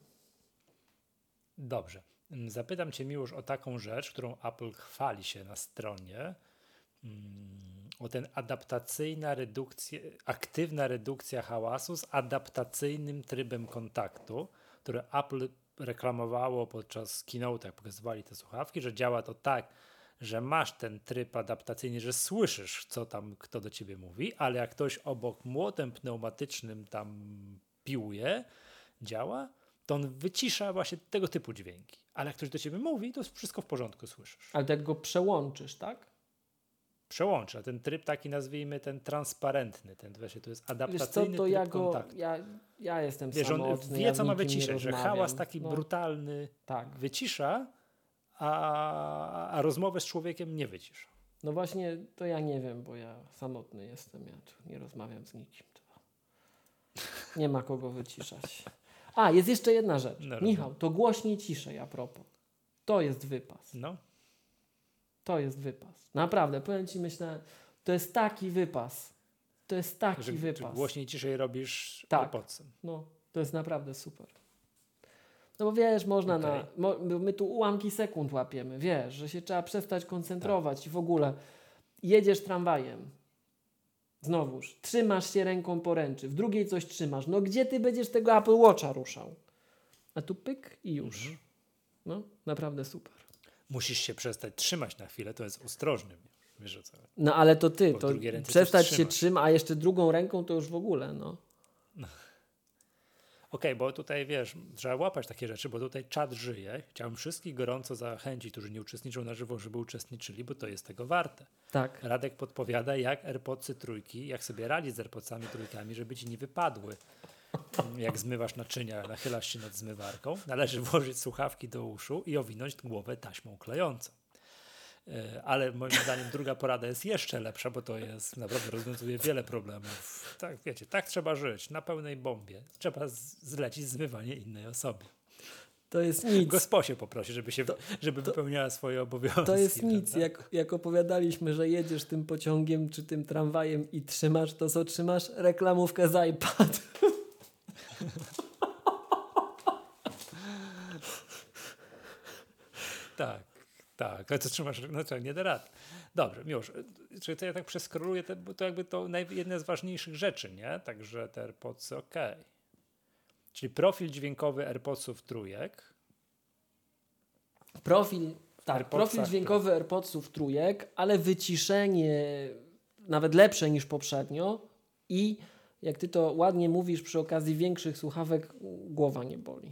Speaker 1: Dobrze. Zapytam Cię, Miłosz, o taką rzecz, którą Apple chwali się na stronie. O ten aktywna redukcja hałasu z adaptacyjnym trybem kontaktu, który Apple reklamowało podczas keynote, jak pokazywali te słuchawki, że działa to tak, że masz ten tryb adaptacyjny, że słyszysz, co tam kto do ciebie mówi, ale jak ktoś obok młotem pneumatycznym tam piłuje, działa, to on wycisza właśnie tego typu dźwięki. Ale jak ktoś do ciebie mówi, to wszystko w porządku słyszysz.
Speaker 2: Ale tak go przełączysz, tak?
Speaker 1: Przełącza. Ten tryb taki, nazwijmy, ten transparentny, ten właśnie to jest adaptacyjny
Speaker 2: Wiesz co, to
Speaker 1: tryb kontaktu.
Speaker 2: Ja jestem
Speaker 1: Wiesz, on
Speaker 2: samotny,
Speaker 1: wie,
Speaker 2: ja
Speaker 1: co ma
Speaker 2: z nikim nie
Speaker 1: wyciszać, że
Speaker 2: rozmawiam.
Speaker 1: hałas taki brutalny
Speaker 2: tak.
Speaker 1: wycisza, a rozmowę z człowiekiem nie wycisza.
Speaker 2: No właśnie, to ja nie wiem, bo ja samotny jestem, ja tu nie rozmawiam z nikim. Nie ma kogo wyciszać. A, jest jeszcze jedna rzecz.
Speaker 1: No,
Speaker 2: Michał, to głośniej, ciszej a propos. To jest wypas.
Speaker 1: No.
Speaker 2: To jest wypas. Naprawdę, powiem Ci, myślę, to jest taki wypas. To jest taki wypas.
Speaker 1: Głośniej, ciszej robisz
Speaker 2: tak.
Speaker 1: AirPodsem.
Speaker 2: No, to jest naprawdę super. No bo wiesz, można my tu ułamki sekund łapiemy, wiesz, że się trzeba przestać koncentrować i w ogóle jedziesz tramwajem, znowuż, trzymasz się ręką poręczy, w drugiej coś trzymasz, no gdzie ty będziesz tego Apple Watcha ruszał? A tu pyk i już. No, naprawdę super.
Speaker 1: Musisz się przestać trzymać na chwilę, to jest ostrożny. Wiesz o co?
Speaker 2: No ale to ty, to przestać się
Speaker 1: trzymasz.
Speaker 2: trzyma, a jeszcze drugą ręką to już w ogóle, no.
Speaker 1: Okej, bo tutaj wiesz, trzeba łapać takie rzeczy, bo tutaj czat żyje. Chciałem wszystkich gorąco zachęcić, którzy nie uczestniczą na żywo, żeby uczestniczyli, bo to jest tego warte.
Speaker 2: Tak.
Speaker 1: Radek podpowiada, jak AirPodsy trójki, jak sobie radzić z AirPodsami trójkami, żeby ci nie wypadły. Jak zmywasz naczynia, nachylasz się nad zmywarką, należy włożyć słuchawki do uszu i owinąć głowę taśmą klejącą. Ale moim zdaniem druga porada jest jeszcze lepsza, bo to jest naprawdę rozwiązuje wiele problemów. Tak, wiecie, tak trzeba żyć, na pełnej bombie. Trzeba zlecić zmywanie innej osobie.
Speaker 2: To jest nic.
Speaker 1: Gosposię poprosi, żeby wypełniała swoje obowiązki.
Speaker 2: To jest nic. Jak opowiadaliśmy, że jedziesz tym pociągiem czy tym tramwajem i trzymasz to, co trzymasz, reklamówkę z iPad.
Speaker 1: Tak, tak, ale to trzymasz, no to nie da rady. Dobrze, Miłosz, czyli to ja tak przeskroluję, bo to jakby to jedna z ważniejszych rzeczy, nie? Także te AirPodsy, okej. Czyli profil dźwiękowy AirPodsów trójek.
Speaker 2: Profil dźwiękowy AirPodsów trójek, ale wyciszenie nawet lepsze niż poprzednio i jak ty to ładnie mówisz, przy okazji większych słuchawek głowa nie boli.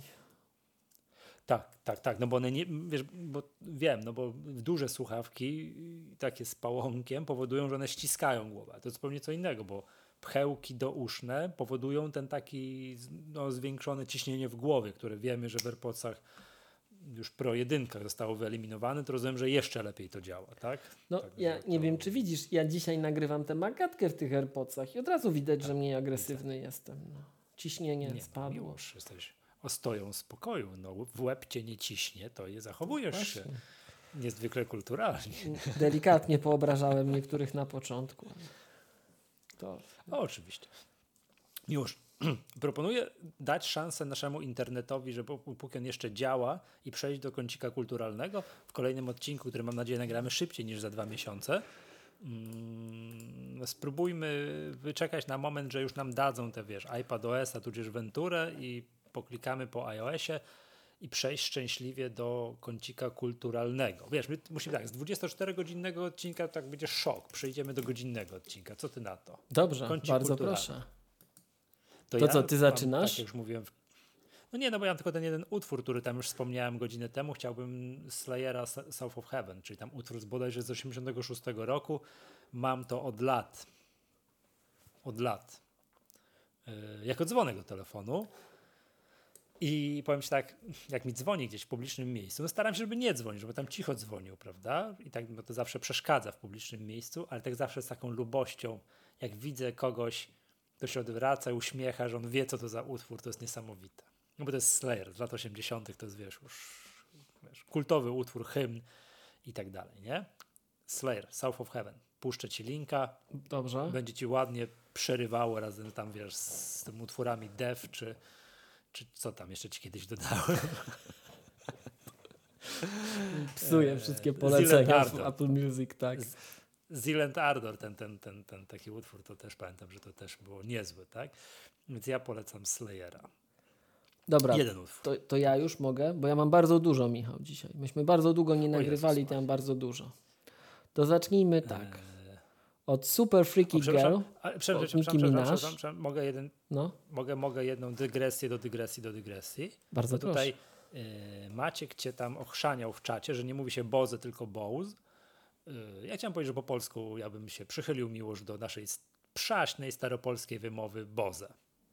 Speaker 1: Tak, no bo one nie, wiesz, bo wiem, no bo duże słuchawki takie z pałąkiem powodują, że one ściskają głowę. To zupełnie co innego, bo pchełki douszne powodują ten taki zwiększone ciśnienie w głowie, które wiemy, że w AirPodsach już Pro 1 zostało wyeliminowane, to rozumiem, że jeszcze lepiej to działa, tak?
Speaker 2: No
Speaker 1: Także
Speaker 2: ja nie wiem, czy widzisz, ja dzisiaj nagrywam tę magatkę w tych AirPodsach i od razu widać, że mniej agresywny jestem. No. Ciśnienie
Speaker 1: nie,
Speaker 2: spadło.
Speaker 1: Miłosz, jesteś ostoją spokoju, no w łeb cię nie ciśnie, to zachowujesz się niezwykle kulturalnie.
Speaker 2: Delikatnie poobrażałem niektórych na początku. To...
Speaker 1: Oczywiście. Miłosz, proponuję dać szansę naszemu internetowi, że póki on jeszcze działa i przejść do kącika kulturalnego w kolejnym odcinku, który mam nadzieję nagramy szybciej niż za 2 miesiące. Spróbujmy wyczekać na moment, że już nam dadzą te, iPadOS-a, tudzież Venturę i poklikamy po iOSie i przejść szczęśliwie do kącika kulturalnego. Wiesz, my musimy tak, z 24-godzinnego odcinka tak będzie szok. Przejdziemy do godzinnego odcinka. Co ty na to?
Speaker 2: Dobrze,
Speaker 1: Kącik
Speaker 2: bardzo
Speaker 1: kulturalny.
Speaker 2: proszę.
Speaker 1: To
Speaker 2: co, ty zaczynasz?
Speaker 1: Tak jak już mówiłem. No nie, no bo ja mam tylko ten jeden utwór, który tam już wspomniałem godzinę temu. Chciałbym Slayera South of Heaven, czyli tam utwór bodajże z 86 roku. Mam to od lat. Jako dzwonek do telefonu. I powiem ci tak, jak mi dzwoni gdzieś w publicznym miejscu, no staram się, żeby nie dzwonić, żeby tam cicho dzwonił, prawda? I tak, bo to zawsze przeszkadza w publicznym miejscu, ale tak zawsze z taką lubością, jak widzę kogoś, kto się odwraca, uśmiecha, że on wie, co to za utwór, to jest niesamowite. No bo to jest Slayer z lat 80., to jest, już kultowy utwór, hymn i tak dalej, nie? Slayer, South of Heaven. Puszczę ci linka.
Speaker 2: Dobrze.
Speaker 1: Będzie ci ładnie przerywało razem tam, z tymi utworami Def, czy co tam jeszcze ci kiedyś dodałem.
Speaker 2: Psuję wszystkie polecenia w Apple Music, tak.
Speaker 1: Zealand Ardor, ten taki utwór, to też pamiętam, że to też było niezłe, tak? Więc ja polecam Slayera.
Speaker 2: Dobra,
Speaker 1: jeden utwór.
Speaker 2: To ja już mogę, bo ja mam bardzo dużo, Michał, dzisiaj. Myśmy bardzo długo nie nagrywali, to ja mam bardzo dużo. To zacznijmy tak. Od Super Freaky Girl, od Nicki Minaj.
Speaker 1: Mogę jeden,
Speaker 2: no?
Speaker 1: mogę jedną dygresję do dygresji.
Speaker 2: Bardzo
Speaker 1: proszę. Tutaj Maciek cię tam ochrzaniał w czacie, że nie mówi się Boze, tylko Bose. Ja chciałem powiedzieć, że po polsku ja bym się przychylił, Miłosz, do naszej przaśnej, staropolskiej wymowy Boze.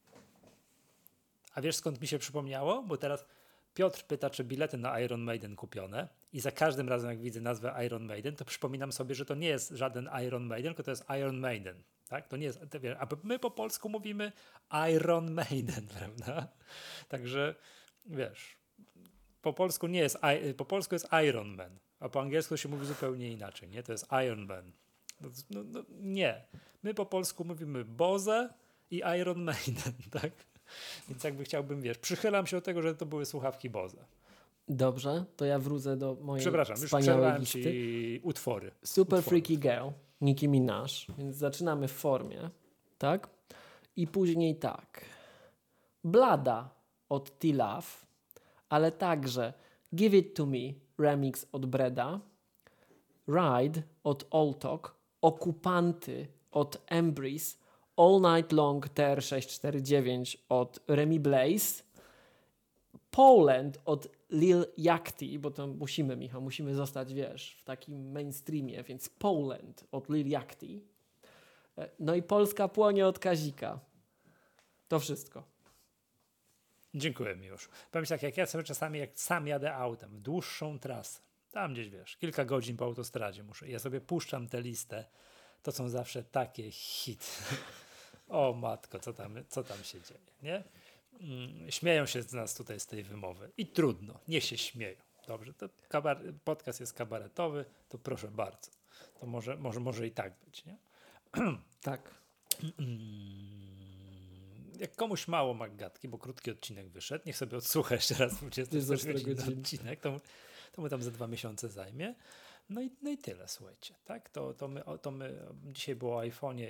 Speaker 1: A wiesz, skąd mi się przypomniało? Bo teraz Piotr pyta, czy bilety na Iron Maiden kupione i za każdym razem, jak widzę nazwę Iron Maiden, to przypominam sobie, że to nie jest żaden Iron Maiden, tylko to jest Iron Maiden. Tak? To nie jest, a my po polsku mówimy Iron Maiden, prawda? Także wiesz, po polsku jest Iron Man, a po angielsku się mówi zupełnie inaczej, nie? To jest Iron Man. Nie. My po polsku mówimy Boze i Iron Maiden, tak? Więc jakby chciałbym, przychylam się do tego, że to były słuchawki Boze.
Speaker 2: Dobrze, to ja wrócę do mojej
Speaker 1: wspaniałej
Speaker 2: listy.
Speaker 1: Przepraszam, ci utwory.
Speaker 2: Super Freaky Girl, Nicki Minaj, więc zaczynamy w formie, tak? I później tak. Blada od T-Love, ale także Give It To Me, remix od Breda, Ride od Alltalk, Okupanty od Embreeze, All Night Long TR-649 od Remy Blaze, Poland od Lil Yachty, bo to musimy, Michał, musimy zostać, w takim mainstreamie, więc Poland od Lil Yachty. No i Polska płonie od Kazika. To wszystko.
Speaker 1: Dziękuję mi już. Powiem tak, jak ja sobie czasami, jak sam jadę autem w dłuższą trasę, tam gdzieś, kilka godzin po autostradzie ja sobie puszczam tę listę, to są zawsze takie hity. O matko, co tam się dzieje, nie? Śmieją się z nas tutaj z tej wymowy. I trudno, niech się śmieją. Dobrze, to podcast jest kabaretowy, to proszę bardzo. To może i tak być, nie?
Speaker 2: Tak.
Speaker 1: jak komuś mało Maggatki, bo krótki odcinek wyszedł, niech sobie odsłucha jeszcze raz 24-godzinny odcinek, to mu tam za 2 miesiące zajmie. No i tyle, słuchajcie. Tak? To my dzisiaj było o iPhone'ie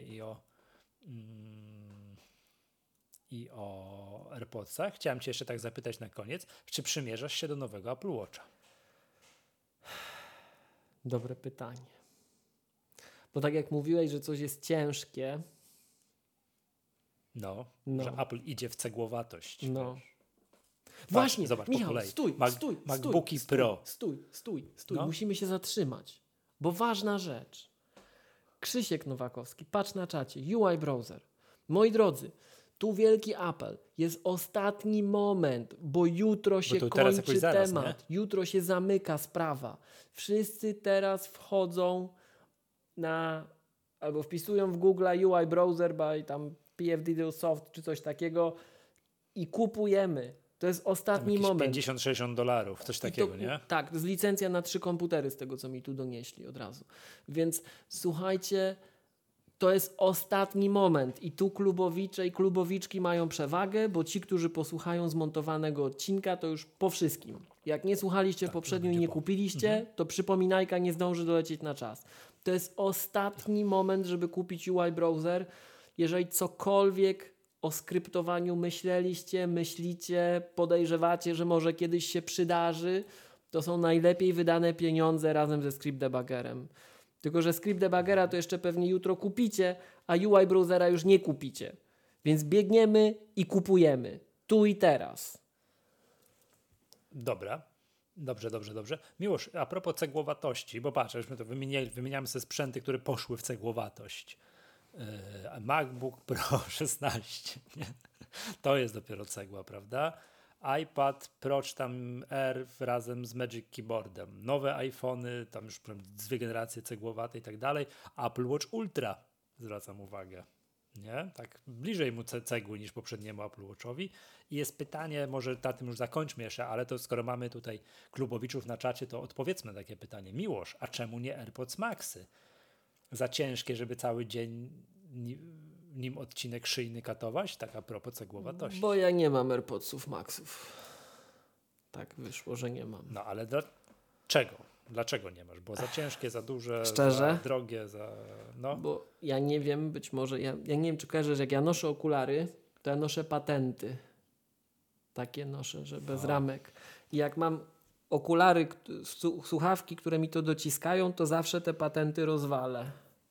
Speaker 1: i o AirPodsach. Chciałem cię jeszcze tak zapytać na koniec, czy przymierzasz się do nowego Apple Watcha?
Speaker 2: Dobre pytanie. Bo tak jak mówiłeś, że coś jest ciężkie.
Speaker 1: No. Że Apple idzie w cegłowatość.
Speaker 2: No. Właśnie,
Speaker 1: zobacz,
Speaker 2: Michał,
Speaker 1: po kolei.
Speaker 2: stój.
Speaker 1: MacBooki Pro.
Speaker 2: Stój.
Speaker 1: No.
Speaker 2: Musimy się zatrzymać, bo ważna rzecz. Krzysiek Nowakowski, patrz na czacie, UI Browser. Moi drodzy, tu wielki apel. Jest ostatni moment, bo jutro się kończy temat. Jutro się zamyka sprawa. Wszyscy teraz wchodzą albo wpisują w Google UI Browser by tam PFDD Soft czy coś takiego i kupujemy. To jest ostatni moment.
Speaker 1: $50-60, coś takiego, nie?
Speaker 2: Tak, to jest licencja na 3 komputery z tego, co mi tu donieśli od razu. Więc słuchajcie, to jest ostatni moment i tu klubowicze i klubowiczki mają przewagę, bo ci, którzy posłuchają zmontowanego odcinka, to już po wszystkim. Jak nie słuchaliście poprzednio i nie kupiliście, to przypominajka nie zdąży dolecieć na czas. To jest ostatni moment, żeby kupić UI Browser. Jeżeli cokolwiek o skryptowaniu myślicie, podejrzewacie, że może kiedyś się przydarzy, to są najlepiej wydane pieniądze razem ze Script Debuggerem. Tylko że Script Debuggera to jeszcze pewnie jutro kupicie, a UI Browsera już nie kupicie. Więc biegniemy i kupujemy. Tu i teraz.
Speaker 1: Dobra. Dobrze. Miłosz, a propos cegłowatości, bo patrz, my to wymieniamy sobie sprzęty, które poszły w cegłowatość. MacBook Pro 16. Nie? To jest dopiero cegła, prawda? iPad Pro czy tam Air razem z Magic Keyboardem. Nowe iPhony, tam już 2 generacje cegłowate i tak dalej. Apple Watch Ultra, zwracam uwagę. Nie? Tak bliżej mu cegły niż poprzedniemu Apple Watchowi. I jest pytanie, może na tym już zakończmy jeszcze, ale to skoro mamy tutaj klubowiczów na czacie, to odpowiedzmy na takie pytanie. Miłosz, a czemu nie AirPods Maxy? Za ciężkie, żeby cały dzień nim odcinek szyjny katować? Tak a propos cegłowatości.
Speaker 2: Bo ja nie mam AirPodsów Maxów. Tak wyszło, że nie mam.
Speaker 1: No ale dlaczego? Dlaczego nie masz? Bo za ciężkie, za duże,
Speaker 2: szczerze?
Speaker 1: Za drogie, no.
Speaker 2: Bo ja nie wiem, być może, ja nie wiem, czy kojarzysz, jak ja noszę okulary, to ja noszę patenty. Takie noszę, że bez ramek. I jak mam okulary, słuchawki, które mi to dociskają, to zawsze te patenty rozwalę.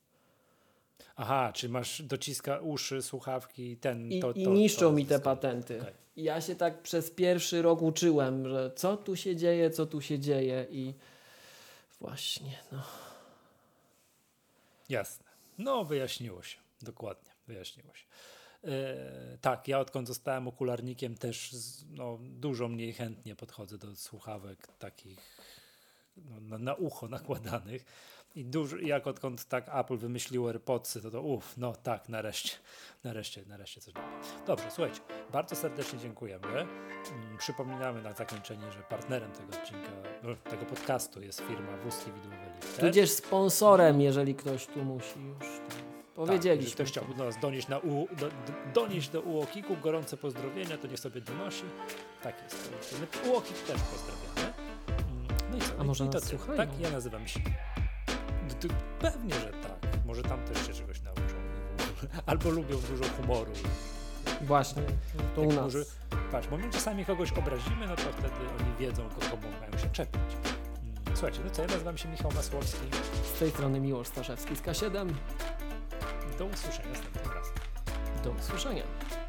Speaker 1: Aha, czy masz dociska uszy, słuchawki,
Speaker 2: I niszczą mi te patenty. Okay. I ja się tak przez pierwszy rok uczyłem, że co tu się dzieje i właśnie, no.
Speaker 1: Jasne. No, wyjaśniło się. Dokładnie, wyjaśniło się. Tak, ja odkąd zostałem okularnikiem też dużo mniej chętnie podchodzę do słuchawek takich na ucho nakładanych. I jak odkąd tak Apple wymyśliło AirPodsy, nareszcie coś robi. Dobrze, słuchajcie, bardzo serdecznie dziękujemy. Przypominamy na zakończenie, że partnerem tego odcinka, tego podcastu jest firma Wózki Widłowe Lifter.
Speaker 2: Tudzież sponsorem, jeżeli ktoś tu musi już. Powiedzieliśmy.
Speaker 1: Tak, jeżeli ktoś chciałby nas donieść do UOKiK-u gorące pozdrowienia, to niech sobie donosi. Tak jest. My UOKiK też pozdrawiamy. No i co?
Speaker 2: A może nas słuchają?
Speaker 1: Tak, ja nazywam się. Pewnie, że tak. Może tam też się czegoś nauczą. Albo lubią dużo humoru.
Speaker 2: Właśnie, to u nas.
Speaker 1: Patrz, bo my czasami kogoś obrazimy, no to wtedy oni wiedzą, kogo mają się czepiać. Słuchajcie, no co, ja nazywam się Michał Masłowski.
Speaker 2: Z tej strony Miłosz Staszewski z K7.
Speaker 1: Do usłyszenia następnym razem.
Speaker 2: Do usłyszenia.